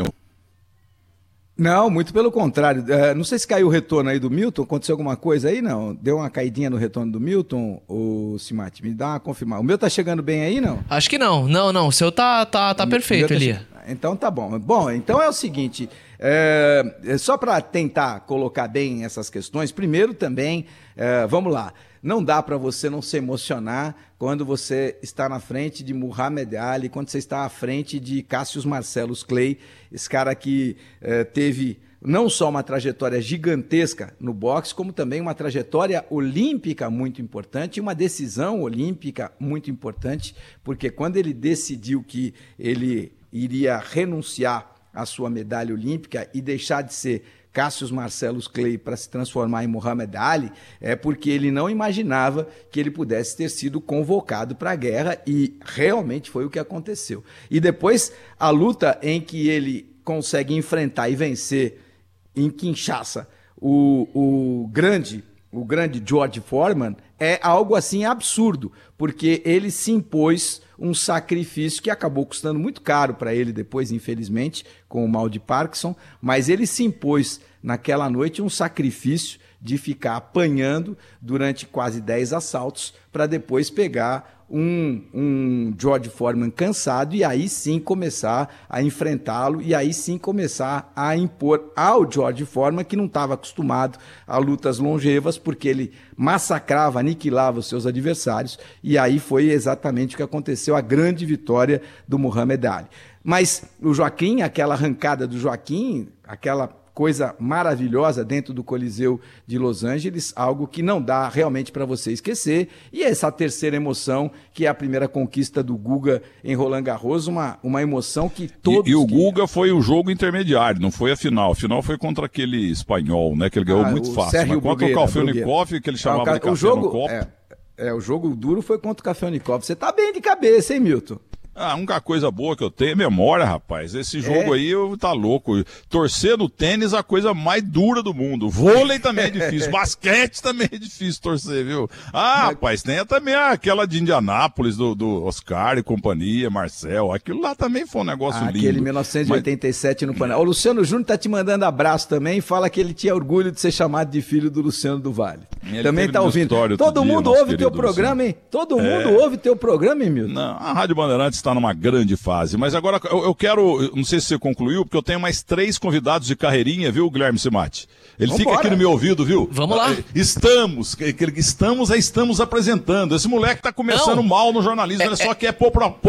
Speaker 2: Não, muito pelo contrário. Não sei se caiu o retorno aí do Milton, aconteceu alguma coisa aí, não? Deu uma caidinha no retorno do Milton, ô Simati? Me dá uma confirmada. O meu tá chegando bem aí, não?
Speaker 6: Acho que não. Não. O seu tá perfeito, Elia.
Speaker 2: Então tá bom. Bom, então é o seguinte, só para tentar colocar bem essas questões, primeiro também, vamos lá, não dá para você não se emocionar quando você está na frente de Muhammad Ali, quando você está à frente de Cassius Marcellus Clay, esse cara que teve não só uma trajetória gigantesca no boxe, como também uma trajetória olímpica muito importante, uma decisão olímpica muito importante, porque quando ele decidiu que ele iria renunciar à sua medalha olímpica e deixar de ser Cassius Marcellus Clay para se transformar em Muhammad Ali, é porque ele não imaginava que ele pudesse ter sido convocado para a guerra, e realmente foi o que aconteceu. E depois, a luta em que ele consegue enfrentar e vencer em Kinshasa o grande George Foreman é algo assim absurdo, porque ele se impôs um sacrifício que acabou custando muito caro para ele depois, infelizmente, com o mal de Parkinson, mas ele se impôs naquela noite um sacrifício de ficar apanhando durante quase 10 assaltos para depois pegar um George Foreman cansado e aí sim começar a enfrentá-lo e aí sim começar a impor ao George Foreman, que não estava acostumado a lutas longevas, porque ele massacrava, aniquilava os seus adversários, e aí foi exatamente o que aconteceu, a grande vitória do Muhammad Ali. Mas o Joaquim, aquela arrancada do Joaquim, aquela coisa maravilhosa dentro do Coliseu de Los Angeles, algo que não dá realmente para você esquecer, e essa terceira emoção, que é a primeira conquista do Guga em Roland Garros, uma emoção que todos...
Speaker 1: E o Guga foi o jogo intermediário, não foi a final. A final foi contra aquele espanhol, né, que ele ganhou muito fácil.
Speaker 2: Sérgio
Speaker 1: mas contra o Kafelnikov, que ele chamava de café no copo...
Speaker 2: O jogo duro foi contra o Kafelnikov. Você tá bem de cabeça, hein, Milton?
Speaker 1: A única coisa boa que eu tenho é memória, rapaz. Esse jogo aí tá louco. Torcer no tênis é a coisa mais dura do mundo. Vôlei também é difícil. Basquete também é difícil torcer, viu? Rapaz, tem também aquela de Indianápolis, do Oscar e companhia, Marcel. Aquilo lá também foi um negócio lindo.
Speaker 2: Aquele 1987 no Panamá. O Luciano Júnior tá te mandando abraço também e fala que ele tinha orgulho de ser chamado de filho do Luciano do Vale. Ele também tá ouvindo. Todo mundo ouve teu programa, hein? Todo mundo ouve teu programa, hein, Milton?
Speaker 1: Não, a Rádio Bandeirantes está numa grande fase, mas agora eu quero, não sei se você concluiu, porque eu tenho mais 3 convidados de carreirinha, viu, Guilherme Simati? Ele Vambora. Fica aqui no meu ouvido, viu?
Speaker 6: Vamos lá.
Speaker 1: Estamos apresentando. Esse moleque tá começando mal no jornalismo, ele só quer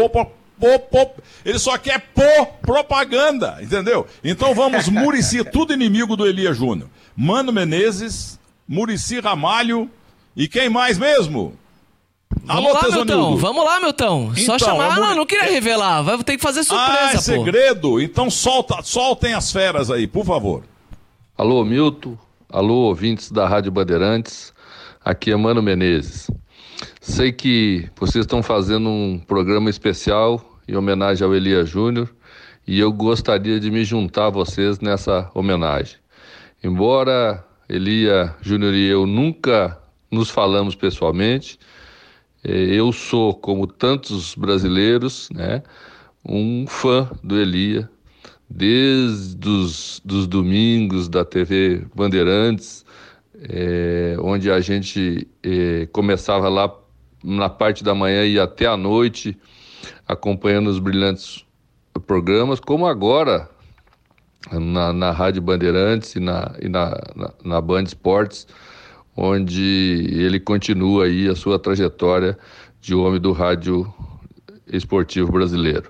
Speaker 1: ele só quer pôr propaganda, entendeu? Então vamos, Muricy, tudo inimigo do Elia Júnior. Mano Menezes, Muricy Ramalho e quem mais mesmo?
Speaker 6: Vamos lá, Milton. Vamos lá, Milton. Só chamar. Não queria revelar. Vai ter que fazer surpresa,
Speaker 1: é segredo? Então soltem as feras aí, por favor.
Speaker 7: Alô, Milton. Alô, ouvintes da Rádio Bandeirantes. Aqui é Mano Menezes. Sei que vocês estão fazendo um programa especial em homenagem ao Elia Júnior e eu gostaria de me juntar a vocês nessa homenagem. Embora Elia Júnior e eu nunca nos falamos pessoalmente, eu sou, como tantos brasileiros, né, um fã do Elia, desde dos domingos da TV Bandeirantes. onde a gente começava lá na parte da manhã e até a noite, acompanhando os brilhantes programas, como agora na Rádio Bandeirantes e na Band Esportes, onde ele continua aí a sua trajetória de homem do rádio esportivo brasileiro.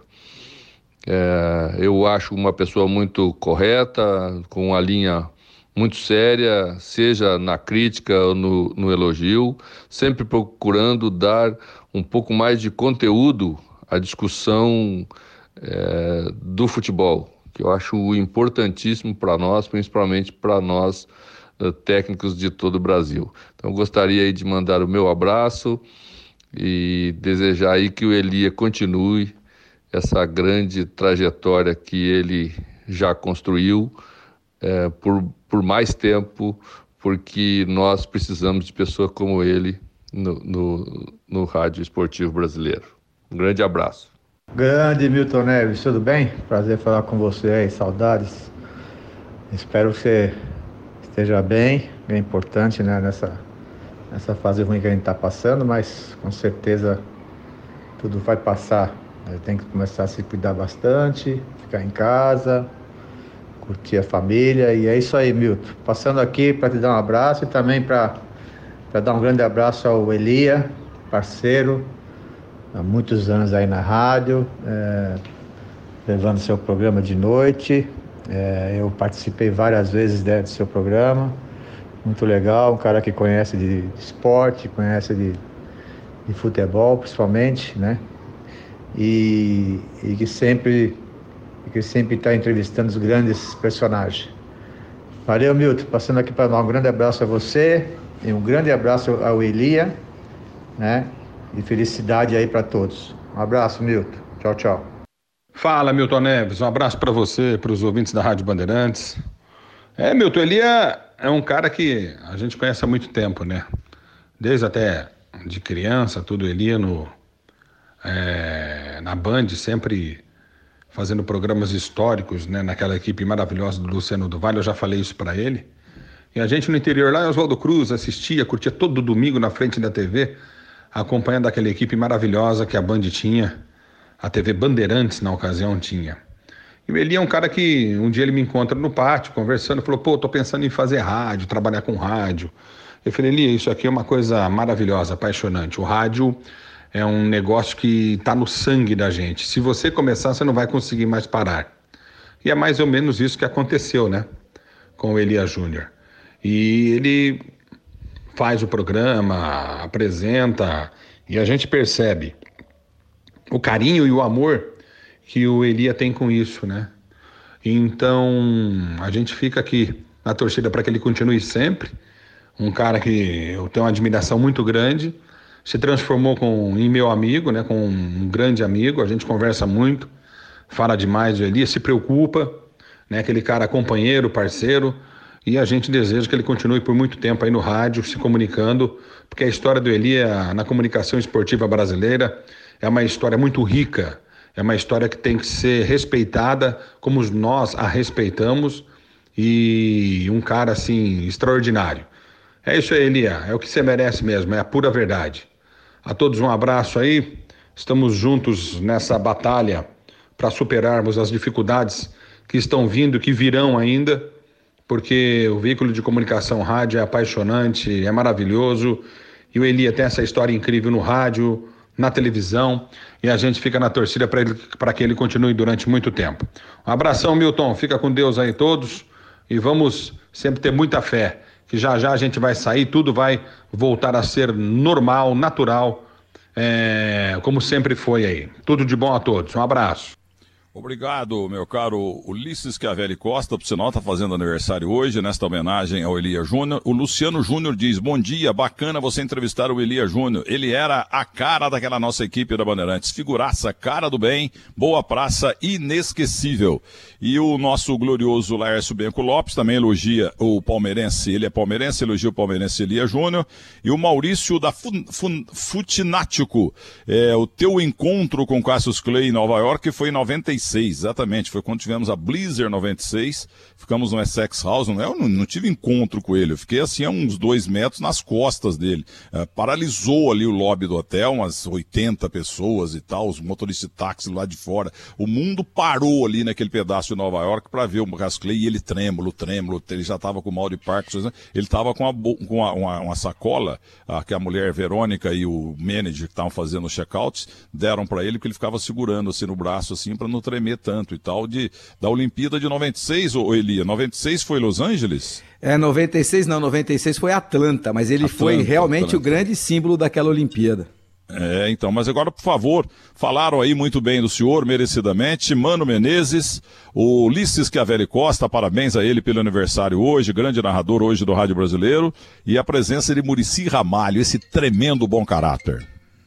Speaker 7: Eu acho uma pessoa muito correta, com uma linha muito séria, seja na crítica ou no elogio, sempre procurando dar um pouco mais de conteúdo à discussão do futebol, que eu acho importantíssimo para nós, principalmente para nós técnicos de todo o Brasil. Então gostaria aí de mandar o meu abraço e desejar aí que o Elia continue essa grande trajetória que ele já construiu por mais tempo, porque nós precisamos de pessoas como ele no rádio esportivo brasileiro. Um grande abraço.
Speaker 8: Grande Milton Neves, tudo bem? Prazer falar com você aí, saudades. Espero que você esteja bem, é importante, né, nessa fase ruim que a gente está passando, mas com certeza tudo vai passar. Tem que começar a se cuidar bastante, ficar em casa, curtir a família, e é isso aí, Milton. Passando aqui para te dar um abraço e também para dar um grande abraço ao Elia, parceiro, há muitos anos aí na rádio, levando seu programa de noite. Eu participei várias vezes do seu programa, muito legal, um cara que conhece de esporte, conhece de futebol principalmente, né? E que sempre está entrevistando os grandes personagens. Valeu, Milton, passando aqui para dar um grande abraço a você e um grande abraço ao Elia, né? E felicidade aí para todos. Um abraço, Milton. Tchau, tchau.
Speaker 9: Fala, Milton Neves. Um abraço para você, para os ouvintes da Rádio Bandeirantes. Milton, Elia é um cara que a gente conhece há muito tempo, né? Desde até de criança, tudo Elia na Band, sempre fazendo programas históricos, né? Naquela equipe maravilhosa do Luciano do Vale, eu já falei isso para ele. E a gente no interior lá, Oswaldo Cruz, assistia, curtia todo domingo na frente da TV, acompanhando aquela equipe maravilhosa que a Band tinha, a TV Bandeirantes na ocasião tinha. E o Eli é um cara que um dia ele me encontra no pátio, conversando, falou, tô pensando em fazer rádio, trabalhar com rádio. Eu falei, Eli, isso aqui é uma coisa maravilhosa, apaixonante. O rádio é um negócio que está no sangue da gente. Se você começar, você não vai conseguir mais parar. E é mais ou menos isso que aconteceu, né? Com o Elia Júnior. E ele faz o programa, apresenta, e a gente percebe o carinho e o amor que o Elia tem com isso, né? Então, a gente fica aqui na torcida para que ele continue sempre. Um cara que eu tenho uma admiração muito grande, se transformou em meu amigo, né? Com um grande amigo, a gente conversa muito, fala demais do Elia, se preocupa, né? Aquele cara companheiro, parceiro, e a gente deseja que ele continue por muito tempo aí no rádio, se comunicando, porque a história do Elia na comunicação esportiva brasileira é uma história muito rica, é uma história que tem que ser respeitada como nós a respeitamos, e um cara assim extraordinário. É isso aí, Elia, é o que você merece mesmo, é a pura verdade. A todos um abraço aí, estamos juntos nessa batalha para superarmos as dificuldades que estão vindo, que virão ainda, porque o veículo de comunicação rádio é apaixonante, é maravilhoso, e o Elia tem essa história incrível no rádio, na televisão, e a gente fica na torcida para que ele continue durante muito tempo. Um abração, Milton, fica com Deus aí todos, e vamos sempre ter muita fé, que já já a gente vai sair, tudo vai voltar a ser normal, natural, como sempre foi aí. Tudo de bom a todos, um abraço.
Speaker 1: Obrigado, meu caro Ulisses Schiavelli Costa, por sinal, está fazendo aniversário hoje, nesta homenagem ao Elia Júnior. O Luciano Júnior diz, bom dia, bacana você entrevistar o Elia Júnior. Ele era a cara daquela nossa equipe da Bandeirantes, figuraça, cara do bem, boa praça, inesquecível. E o nosso glorioso Laércio Benco Lopes também elogia o palmeirense, ele é palmeirense, elogia o palmeirense Elia Júnior. E o Maurício da Futinático, o teu encontro com Cassius Clay em Nova York foi em 95. 96, exatamente, foi quando tivemos a Blizzard 96, ficamos no Essex House, eu não tive encontro com ele, eu fiquei assim a uns 2 metros nas costas dele, paralisou ali o lobby do hotel, umas 80 pessoas e tal, os motoristas de táxi lá de fora, o mundo parou ali naquele pedaço de Nova York para ver o Cassius Clay, e ele trêmulo, ele já estava com mal de Parkinson, ele estava com uma sacola, que a mulher Verônica e o manager que estavam fazendo os checkouts deram para ele, porque ele ficava segurando assim no braço assim para não tremer tanto e tal, da Olimpíada de 96, Elia, 96 foi Los Angeles?
Speaker 2: 96 foi Atlanta, mas ele foi realmente o grande símbolo daquela Olimpíada.
Speaker 1: Então, mas agora, por favor, falaram aí muito bem do senhor, merecidamente, Mano Menezes, o Ulisses Chiavelli Costa, parabéns a ele pelo aniversário hoje, grande narrador hoje do Rádio Brasileiro, e a presença de Muricy Ramalho, esse tremendo bom caráter.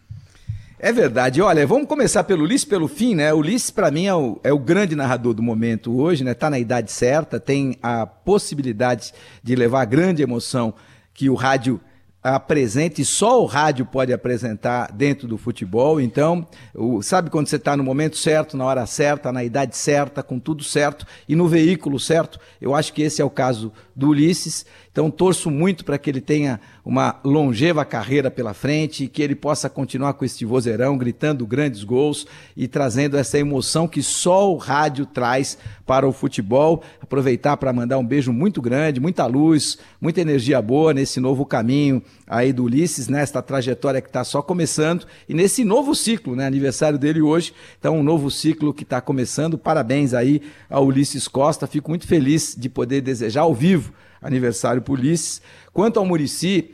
Speaker 2: É verdade, olha, vamos começar pelo Ulisses, pelo fim, né? O Ulisses, para mim, é o grande narrador do momento hoje, né? Tá na idade certa, tem a possibilidade de levar grande emoção que o rádio apresente, só o rádio pode apresentar dentro do futebol. Então, sabe quando você está no momento certo, na hora certa, na idade certa, com tudo certo e no veículo certo? Eu acho que esse é o caso do Ulisses. Então, torço muito para que ele tenha uma longeva carreira pela frente e que ele possa continuar com este vozeirão, gritando grandes gols e trazendo essa emoção que só o rádio traz para o futebol. Aproveitar para mandar um beijo muito grande, muita luz, muita energia boa nesse novo caminho aí do Ulisses, nesta trajetória que está só começando e nesse novo ciclo, né? Aniversário dele hoje, então um novo ciclo que está começando. Parabéns aí ao Ulisses Costa, fico muito feliz de poder desejar ao vivo aniversário para o Ulisses. Quanto ao Muricy,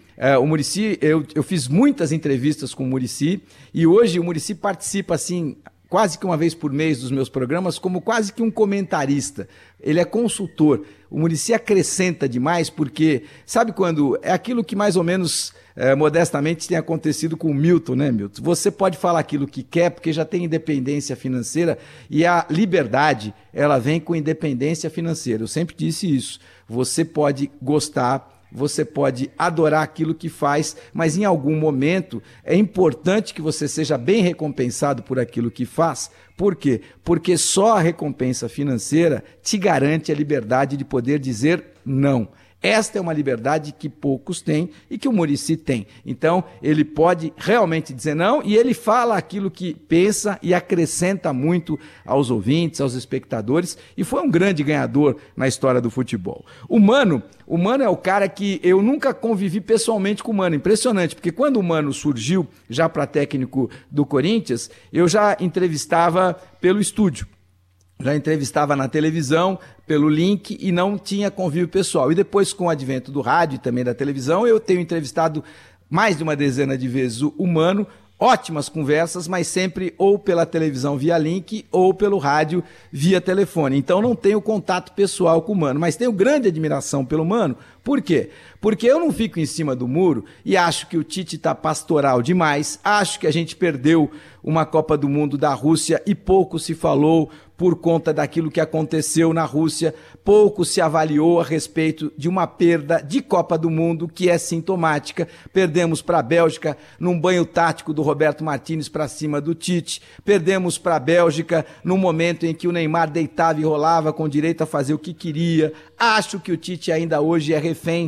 Speaker 2: eu fiz muitas entrevistas com o Muricy e hoje o Muricy participa assim quase que uma vez por mês dos meus programas como quase que um comentarista. Ele é consultor. O Muricy acrescenta demais porque, sabe quando é aquilo que mais ou menos modestamente tem acontecido com o Milton, né, Milton? Você pode falar aquilo que quer porque já tem independência financeira e a liberdade, ela vem com independência financeira. Eu sempre disse isso. Você pode gostar, você pode adorar aquilo que faz, mas em algum momento é importante que você seja bem recompensado por aquilo que faz. Por quê? Porque só a recompensa financeira te garante a liberdade de poder dizer não. Esta é uma liberdade que poucos têm e que o Muricy tem. Então, ele pode realmente dizer não e ele fala aquilo que pensa e acrescenta muito aos ouvintes, aos espectadores, e foi um grande ganhador na história do futebol. O Mano é o cara que eu nunca convivi pessoalmente com o Mano. Impressionante, porque quando o Mano surgiu já para técnico do Corinthians, eu já entrevistava pelo estúdio. Já entrevistava na televisão, pelo link, e não tinha convívio pessoal. E depois, com o advento do rádio e também da televisão, eu tenho entrevistado mais de uma dezena de vezes o Mano, ótimas conversas, mas sempre ou pela televisão via link ou pelo rádio via telefone. Então não tenho contato pessoal com o Mano, mas tenho grande admiração pelo Mano. Por quê? Porque eu não fico em cima do muro e acho que o Tite está pastoral demais, acho que a gente perdeu uma Copa do Mundo da Rússia e pouco se falou por conta daquilo que aconteceu na Rússia, pouco se avaliou a respeito de uma perda de Copa do Mundo que é sintomática. Perdemos para a Bélgica num banho tático do Roberto Martínez para cima do Tite, perdemos para a Bélgica no momento em que o Neymar deitava e rolava com direito a fazer o que queria. Acho que o Tite ainda hoje é refém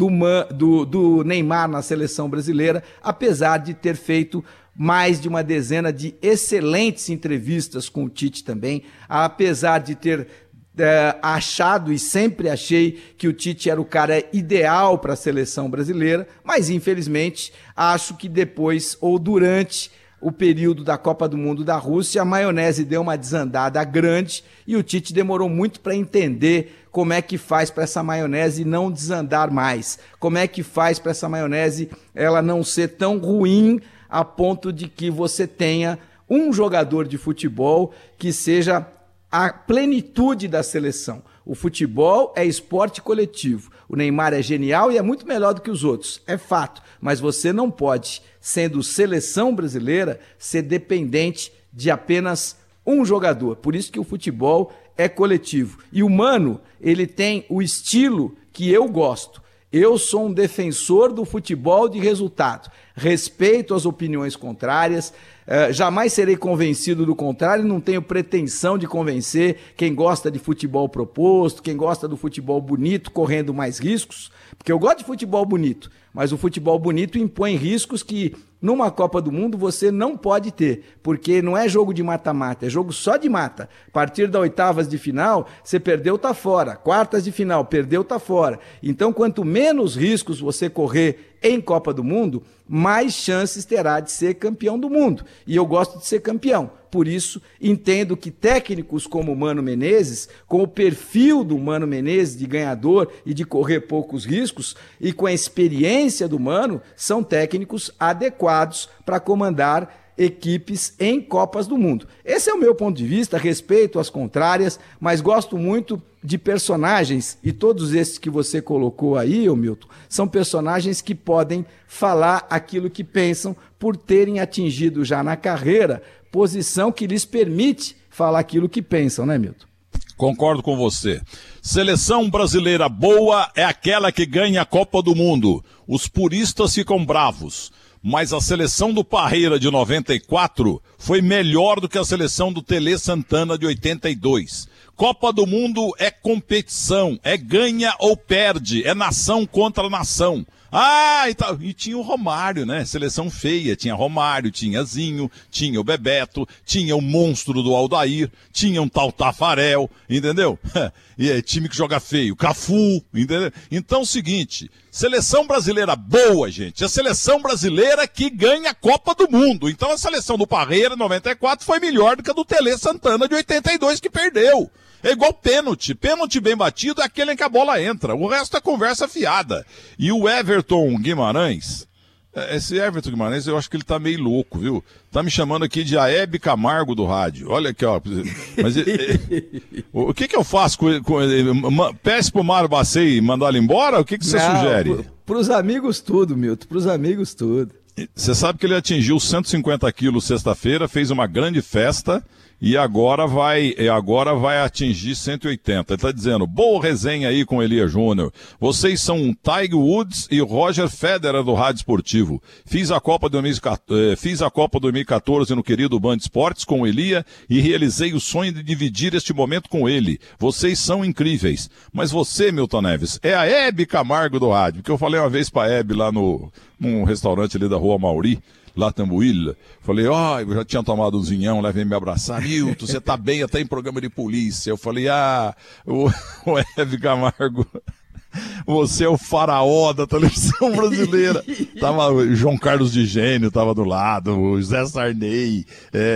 Speaker 2: do Neymar na seleção brasileira, apesar de ter feito mais de uma dezena de excelentes entrevistas com o Tite também, apesar de ter achado e sempre achei que o Tite era o cara ideal para a seleção brasileira, mas infelizmente acho que depois ou durante o período da Copa do Mundo da Rússia, a maionese deu uma desandada grande e o Tite demorou muito para entender como é que faz para essa maionese não desandar mais, como é que faz para essa maionese ela não ser tão ruim a ponto de que você tenha um jogador de futebol que seja a plenitude da seleção. O futebol é esporte coletivo. O Neymar é genial e é muito melhor do que os outros, é fato. Mas você não pode, sendo seleção brasileira, ser dependente de apenas um jogador. Por isso que o futebol é coletivo. E o Mano, ele tem o estilo que eu gosto. Eu sou um defensor do futebol de resultado. respeito as opiniões contrárias, jamais serei convencido do contrário, não tenho pretensão de convencer quem gosta de futebol proposto, quem gosta do futebol bonito, correndo mais riscos, porque eu gosto de futebol bonito, mas o futebol bonito impõe riscos que numa Copa do Mundo você não pode ter, porque não é jogo de mata-mata, é jogo só de mata. A partir das oitavas de final, você perdeu, tá fora. Quartas de final, perdeu, tá fora. Então, quanto menos riscos você correr em Copa do Mundo, mais chances terá de ser campeão do mundo. E eu gosto de ser campeão. Por isso, entendo que técnicos como o Mano Menezes, com o perfil do Mano Menezes de ganhador e de correr poucos riscos, e com a experiência do Mano, são técnicos adequados para comandar equipes em Copas do Mundo. Esse é o meu ponto de vista, respeito as contrárias, mas gosto muito de personagens, e todos esses que você colocou aí, ô Milton, são personagens que podem falar aquilo que pensam por terem atingido já na carreira posição que lhes permite falar aquilo que pensam, né, Milton?
Speaker 1: Concordo com você. Seleção brasileira boa é aquela que ganha a Copa do Mundo. Os puristas ficam bravos. Mas a seleção do Parreira de 94 foi melhor do que a seleção do Tele Santana de 82. Copa do Mundo é competição, é ganha ou perde, é nação contra nação. E tinha o Romário, né? Seleção feia, tinha Romário, tinha Zinho, tinha o Bebeto, tinha o monstro do Aldair, tinha um tal Tafarel, entendeu? E é time que joga feio, Cafu, entendeu? Então é o seguinte, seleção brasileira boa, gente, a seleção brasileira que ganha a Copa do Mundo. Então a seleção do Parreira, 94, foi melhor do que a do Tele Santana de 82, que perdeu. É igual pênalti. Pênalti bem batido é aquele em que a bola entra. O resto é conversa fiada. E o Everton Guimarães, esse Everton Guimarães, eu acho que ele tá meio louco, viu? Tá me chamando aqui de Aebe Camargo do rádio. Olha aqui, ó. Mas o que eu faço com ele? Peço pro Mário Bacei mandar ele embora? O que você sugere?
Speaker 2: Pros amigos tudo, Milton. Pros amigos tudo.
Speaker 1: Você sabe que ele atingiu 150 quilos sexta-feira, fez uma grande festa e agora vai atingir 180. Ele está dizendo, boa resenha aí com Elia Júnior. Vocês são Tiger Woods e Roger Federer do Rádio Esportivo. Fiz a Copa 2014 no querido Band Esportes com o Elia e realizei o sonho de dividir este momento com ele. Vocês são incríveis. Mas você, Milton Neves, é a Hebe Camargo do rádio, porque eu falei uma vez pra Hebe lá num restaurante ali da Rua Mauri, lá Tambuíla, falei, eu já tinha tomado um zinhão, lá vem me abraçar, Milton, você tá bem até em programa de polícia. Eu falei, o Hebe Camargo, você é o faraó da televisão brasileira. Tava o João Carlos de Gênio, tava do lado, o Zé Sarney,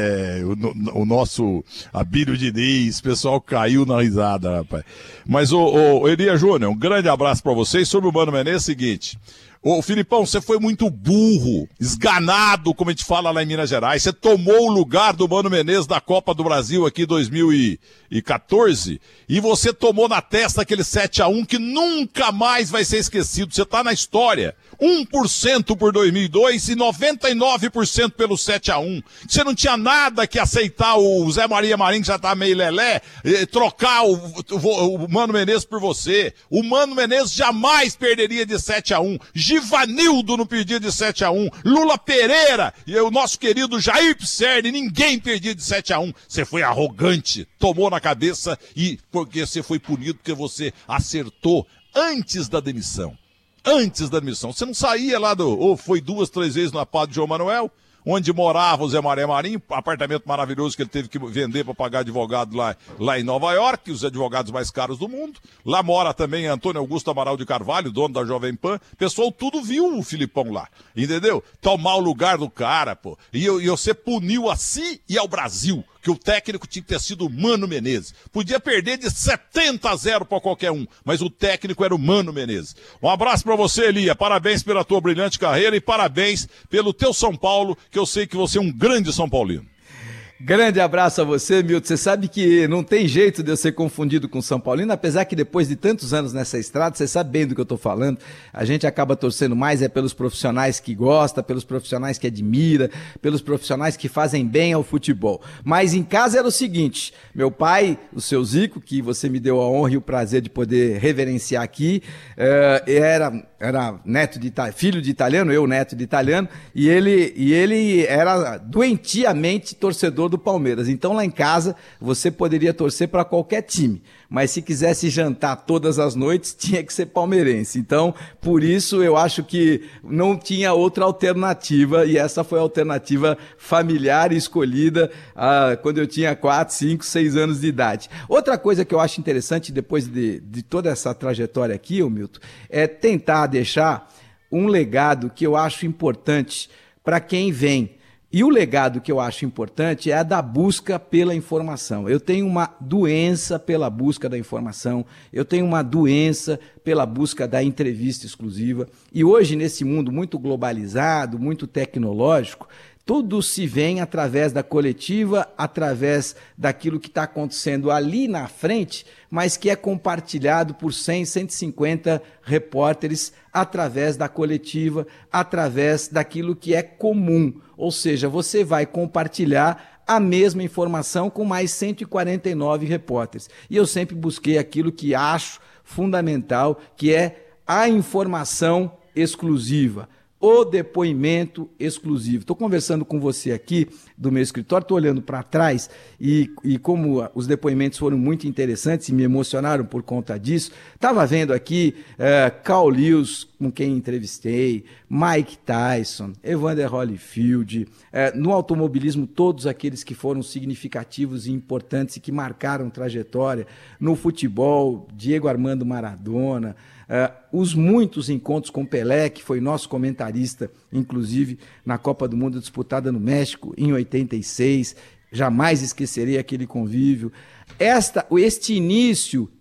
Speaker 1: o nosso Abílio Diniz, o pessoal caiu na risada, rapaz. Mas o Elia Júnior, um grande abraço pra vocês. Sobre o Mano Menezes, seguinte, ô Filipão, você foi muito burro, esganado, como a gente fala lá em Minas Gerais. Você tomou o lugar do Mano Menezes da Copa do Brasil aqui em 2014 e você tomou na testa aquele 7-1 que nunca mais vai ser esquecido. Você tá na história. 1% por 2002 e 99% pelo 7-1. Você não tinha nada que aceitar o Zé Maria Marinho, que já tá meio lelé, trocar o Mano Menezes por você. O Mano Menezes jamais perderia de 7-1. Givanildo não perdia de 7-1. Lula Pereira e o nosso querido Jair Pisserni, ninguém perdia de 7-1. Você foi arrogante, tomou na cabeça e porque você foi punido porque você acertou antes da demissão. Antes da admissão. Você não saía lá foi 2, 3 vezes na pá de João Manuel, onde morava o Zé Maria Marinho, apartamento maravilhoso que ele teve que vender para pagar advogado lá em Nova York, os advogados mais caros do mundo. Lá mora também Antônio Augusto Amaral de Carvalho, dono da Jovem Pan. Pessoal, tudo viu o Filipão lá, entendeu? Tomar o lugar do cara, pô. E você puniu a si e ao Brasil, que o técnico tinha que ter sido o Mano Menezes. Podia perder de 70-0 para qualquer um, mas o técnico era o Mano Menezes. Um abraço para você, Elia. Parabéns pela tua brilhante carreira e parabéns pelo teu São Paulo, que eu sei que você é um grande São Paulino.
Speaker 2: Grande abraço a você, Milton. Você sabe que não tem jeito de eu ser confundido com São Paulino, apesar que depois de tantos anos nessa estrada, você sabe bem do que eu estou falando, a gente acaba torcendo mais pelos profissionais que gosta, pelos profissionais que admira, pelos profissionais que fazem bem ao futebol. Mas em casa era o seguinte, meu pai, o seu Zico, que você me deu a honra e o prazer de poder reverenciar aqui, era era filho de italiano, eu neto de italiano, e ele era doentiamente torcedor do Palmeiras. Então lá em casa você poderia torcer para qualquer time, mas se quisesse jantar todas as noites tinha que ser palmeirense. Então por isso eu acho que não tinha outra alternativa, e essa foi a alternativa familiar escolhida quando eu tinha 4, 5, 6 anos de idade. Outra coisa que eu acho interessante depois de toda essa trajetória aqui, Milton, é tentar deixar um legado que eu acho importante para quem vem. E o legado que eu acho importante é a da busca pela informação. Eu tenho uma doença pela busca da informação, eu tenho uma doença pela busca da entrevista exclusiva. E hoje, nesse mundo muito globalizado, muito tecnológico, tudo se vem através da coletiva, através daquilo que está acontecendo ali na frente, mas que é compartilhado por 100, 150 repórteres através da coletiva, através daquilo que é comum. Ou seja, você vai compartilhar a mesma informação com mais 149 repórteres. E eu sempre busquei aquilo que acho fundamental, que é a informação exclusiva. O depoimento exclusivo. Estou conversando com você aqui do meu escritório, estou olhando para trás e como os depoimentos foram muito interessantes e me emocionaram por conta disso, estava vendo aqui Carl Lewis, com quem entrevistei, Mike Tyson, Evander Holyfield, no automobilismo todos aqueles que foram significativos e importantes e que marcaram trajetória, no futebol, Diego Armando Maradona, os muitos encontros com Pelé, que foi nosso comentarista, inclusive, na Copa do Mundo disputada no México, em 86, jamais esquecerei aquele convívio. Este início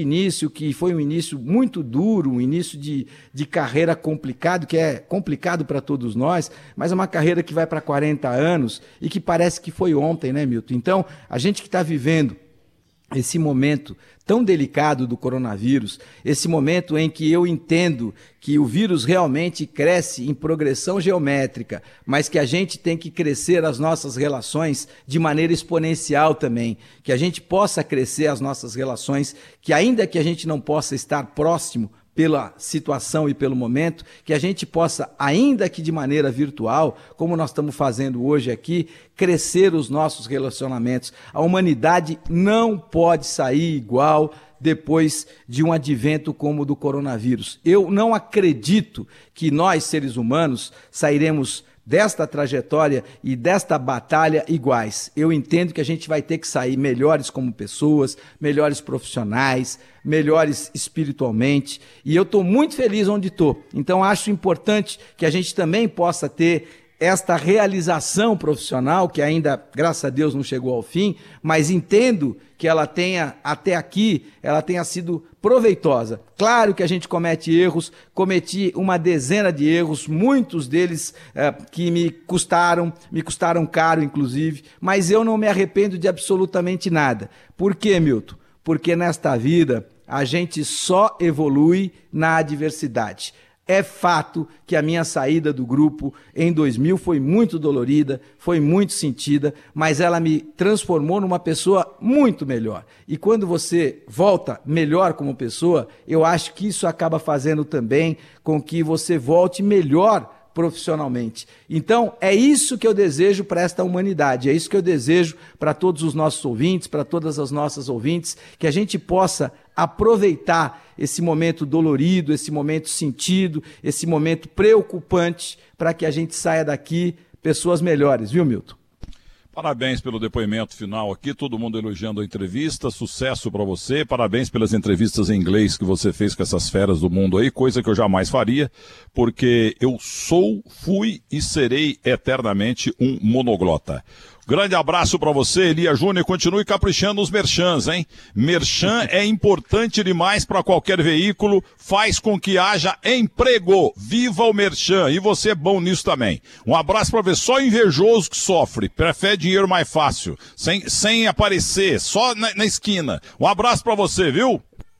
Speaker 2: que foi um início muito duro, um início de carreira complicado, que é complicado para todos nós, mas é uma carreira que vai para 40 anos e que parece que foi ontem, né, Milton? Então, a gente que está vivendo esse momento tão delicado do coronavírus, esse momento em que eu entendo que o vírus realmente cresce em progressão geométrica, mas que a gente tem que crescer as nossas relações de maneira exponencial também, que a gente possa crescer as nossas relações, que ainda que a gente não possa estar próximo pela situação e pelo momento, que a gente possa, ainda que de maneira virtual, como nós estamos fazendo hoje aqui, crescer os nossos relacionamentos. A humanidade não pode sair igual depois de um advento como o do coronavírus. Eu não acredito que nós, seres humanos, sairemos desta trajetória e desta batalha iguais. Eu entendo que a gente vai ter que sair melhores como pessoas, melhores profissionais, melhores espiritualmente, e eu estou muito feliz onde estou. Então acho importante que a gente também possa ter esta realização profissional, que ainda, graças a Deus, não chegou ao fim, mas entendo que ela tenha, até aqui, ela tenha sido proveitosa. Claro que a gente comete erros, cometi uma dezena de erros, muitos deles que me custaram caro, inclusive, mas eu não me arrependo de absolutamente nada. Por quê, Milton? Porque nesta vida a gente só evolui na adversidade. É fato que a minha saída do grupo em 2000 foi muito dolorida, foi muito sentida, mas ela me transformou numa pessoa muito melhor. E quando você volta melhor como pessoa, eu acho que isso acaba fazendo também com que você volte melhor profissionalmente. Então, é isso que eu desejo para esta humanidade, é isso que eu desejo para todos os nossos ouvintes, para todas as nossas ouvintes, que a gente possa aproveitar esse momento dolorido, esse momento sentido, esse momento preocupante, para que a gente saia daqui pessoas melhores, viu, Milton?
Speaker 1: Parabéns pelo depoimento final aqui, todo mundo elogiando a entrevista, sucesso para você, parabéns pelas entrevistas em inglês que você fez com essas feras do mundo aí, coisa que eu jamais faria, porque eu sou, fui e serei eternamente um monoglota. Grande abraço para você, Elias Júnior, continue caprichando nos merchans, hein? Merchan é importante demais para qualquer veículo, faz com que haja emprego. Viva o merchan, e você é bom nisso também. Um abraço para você, só invejoso que sofre, prefere dinheiro mais fácil, sem aparecer, só na esquina. Um abraço para você, viu?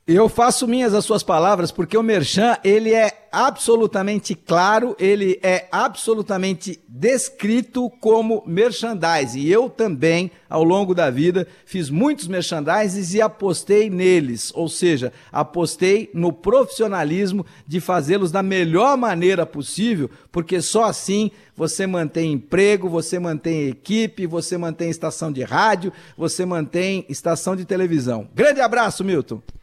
Speaker 2: Eu faço minhas as suas palavras, porque o merchan, ele é absolutamente claro, ele é absolutamente descrito como merchandise. E eu também, ao longo da vida, fiz muitos merchandises e apostei neles. Ou seja, apostei no profissionalismo de fazê-los da melhor maneira possível, porque só assim você mantém emprego, você mantém equipe, você mantém estação de rádio, você mantém estação de televisão. Grande abraço, Milton!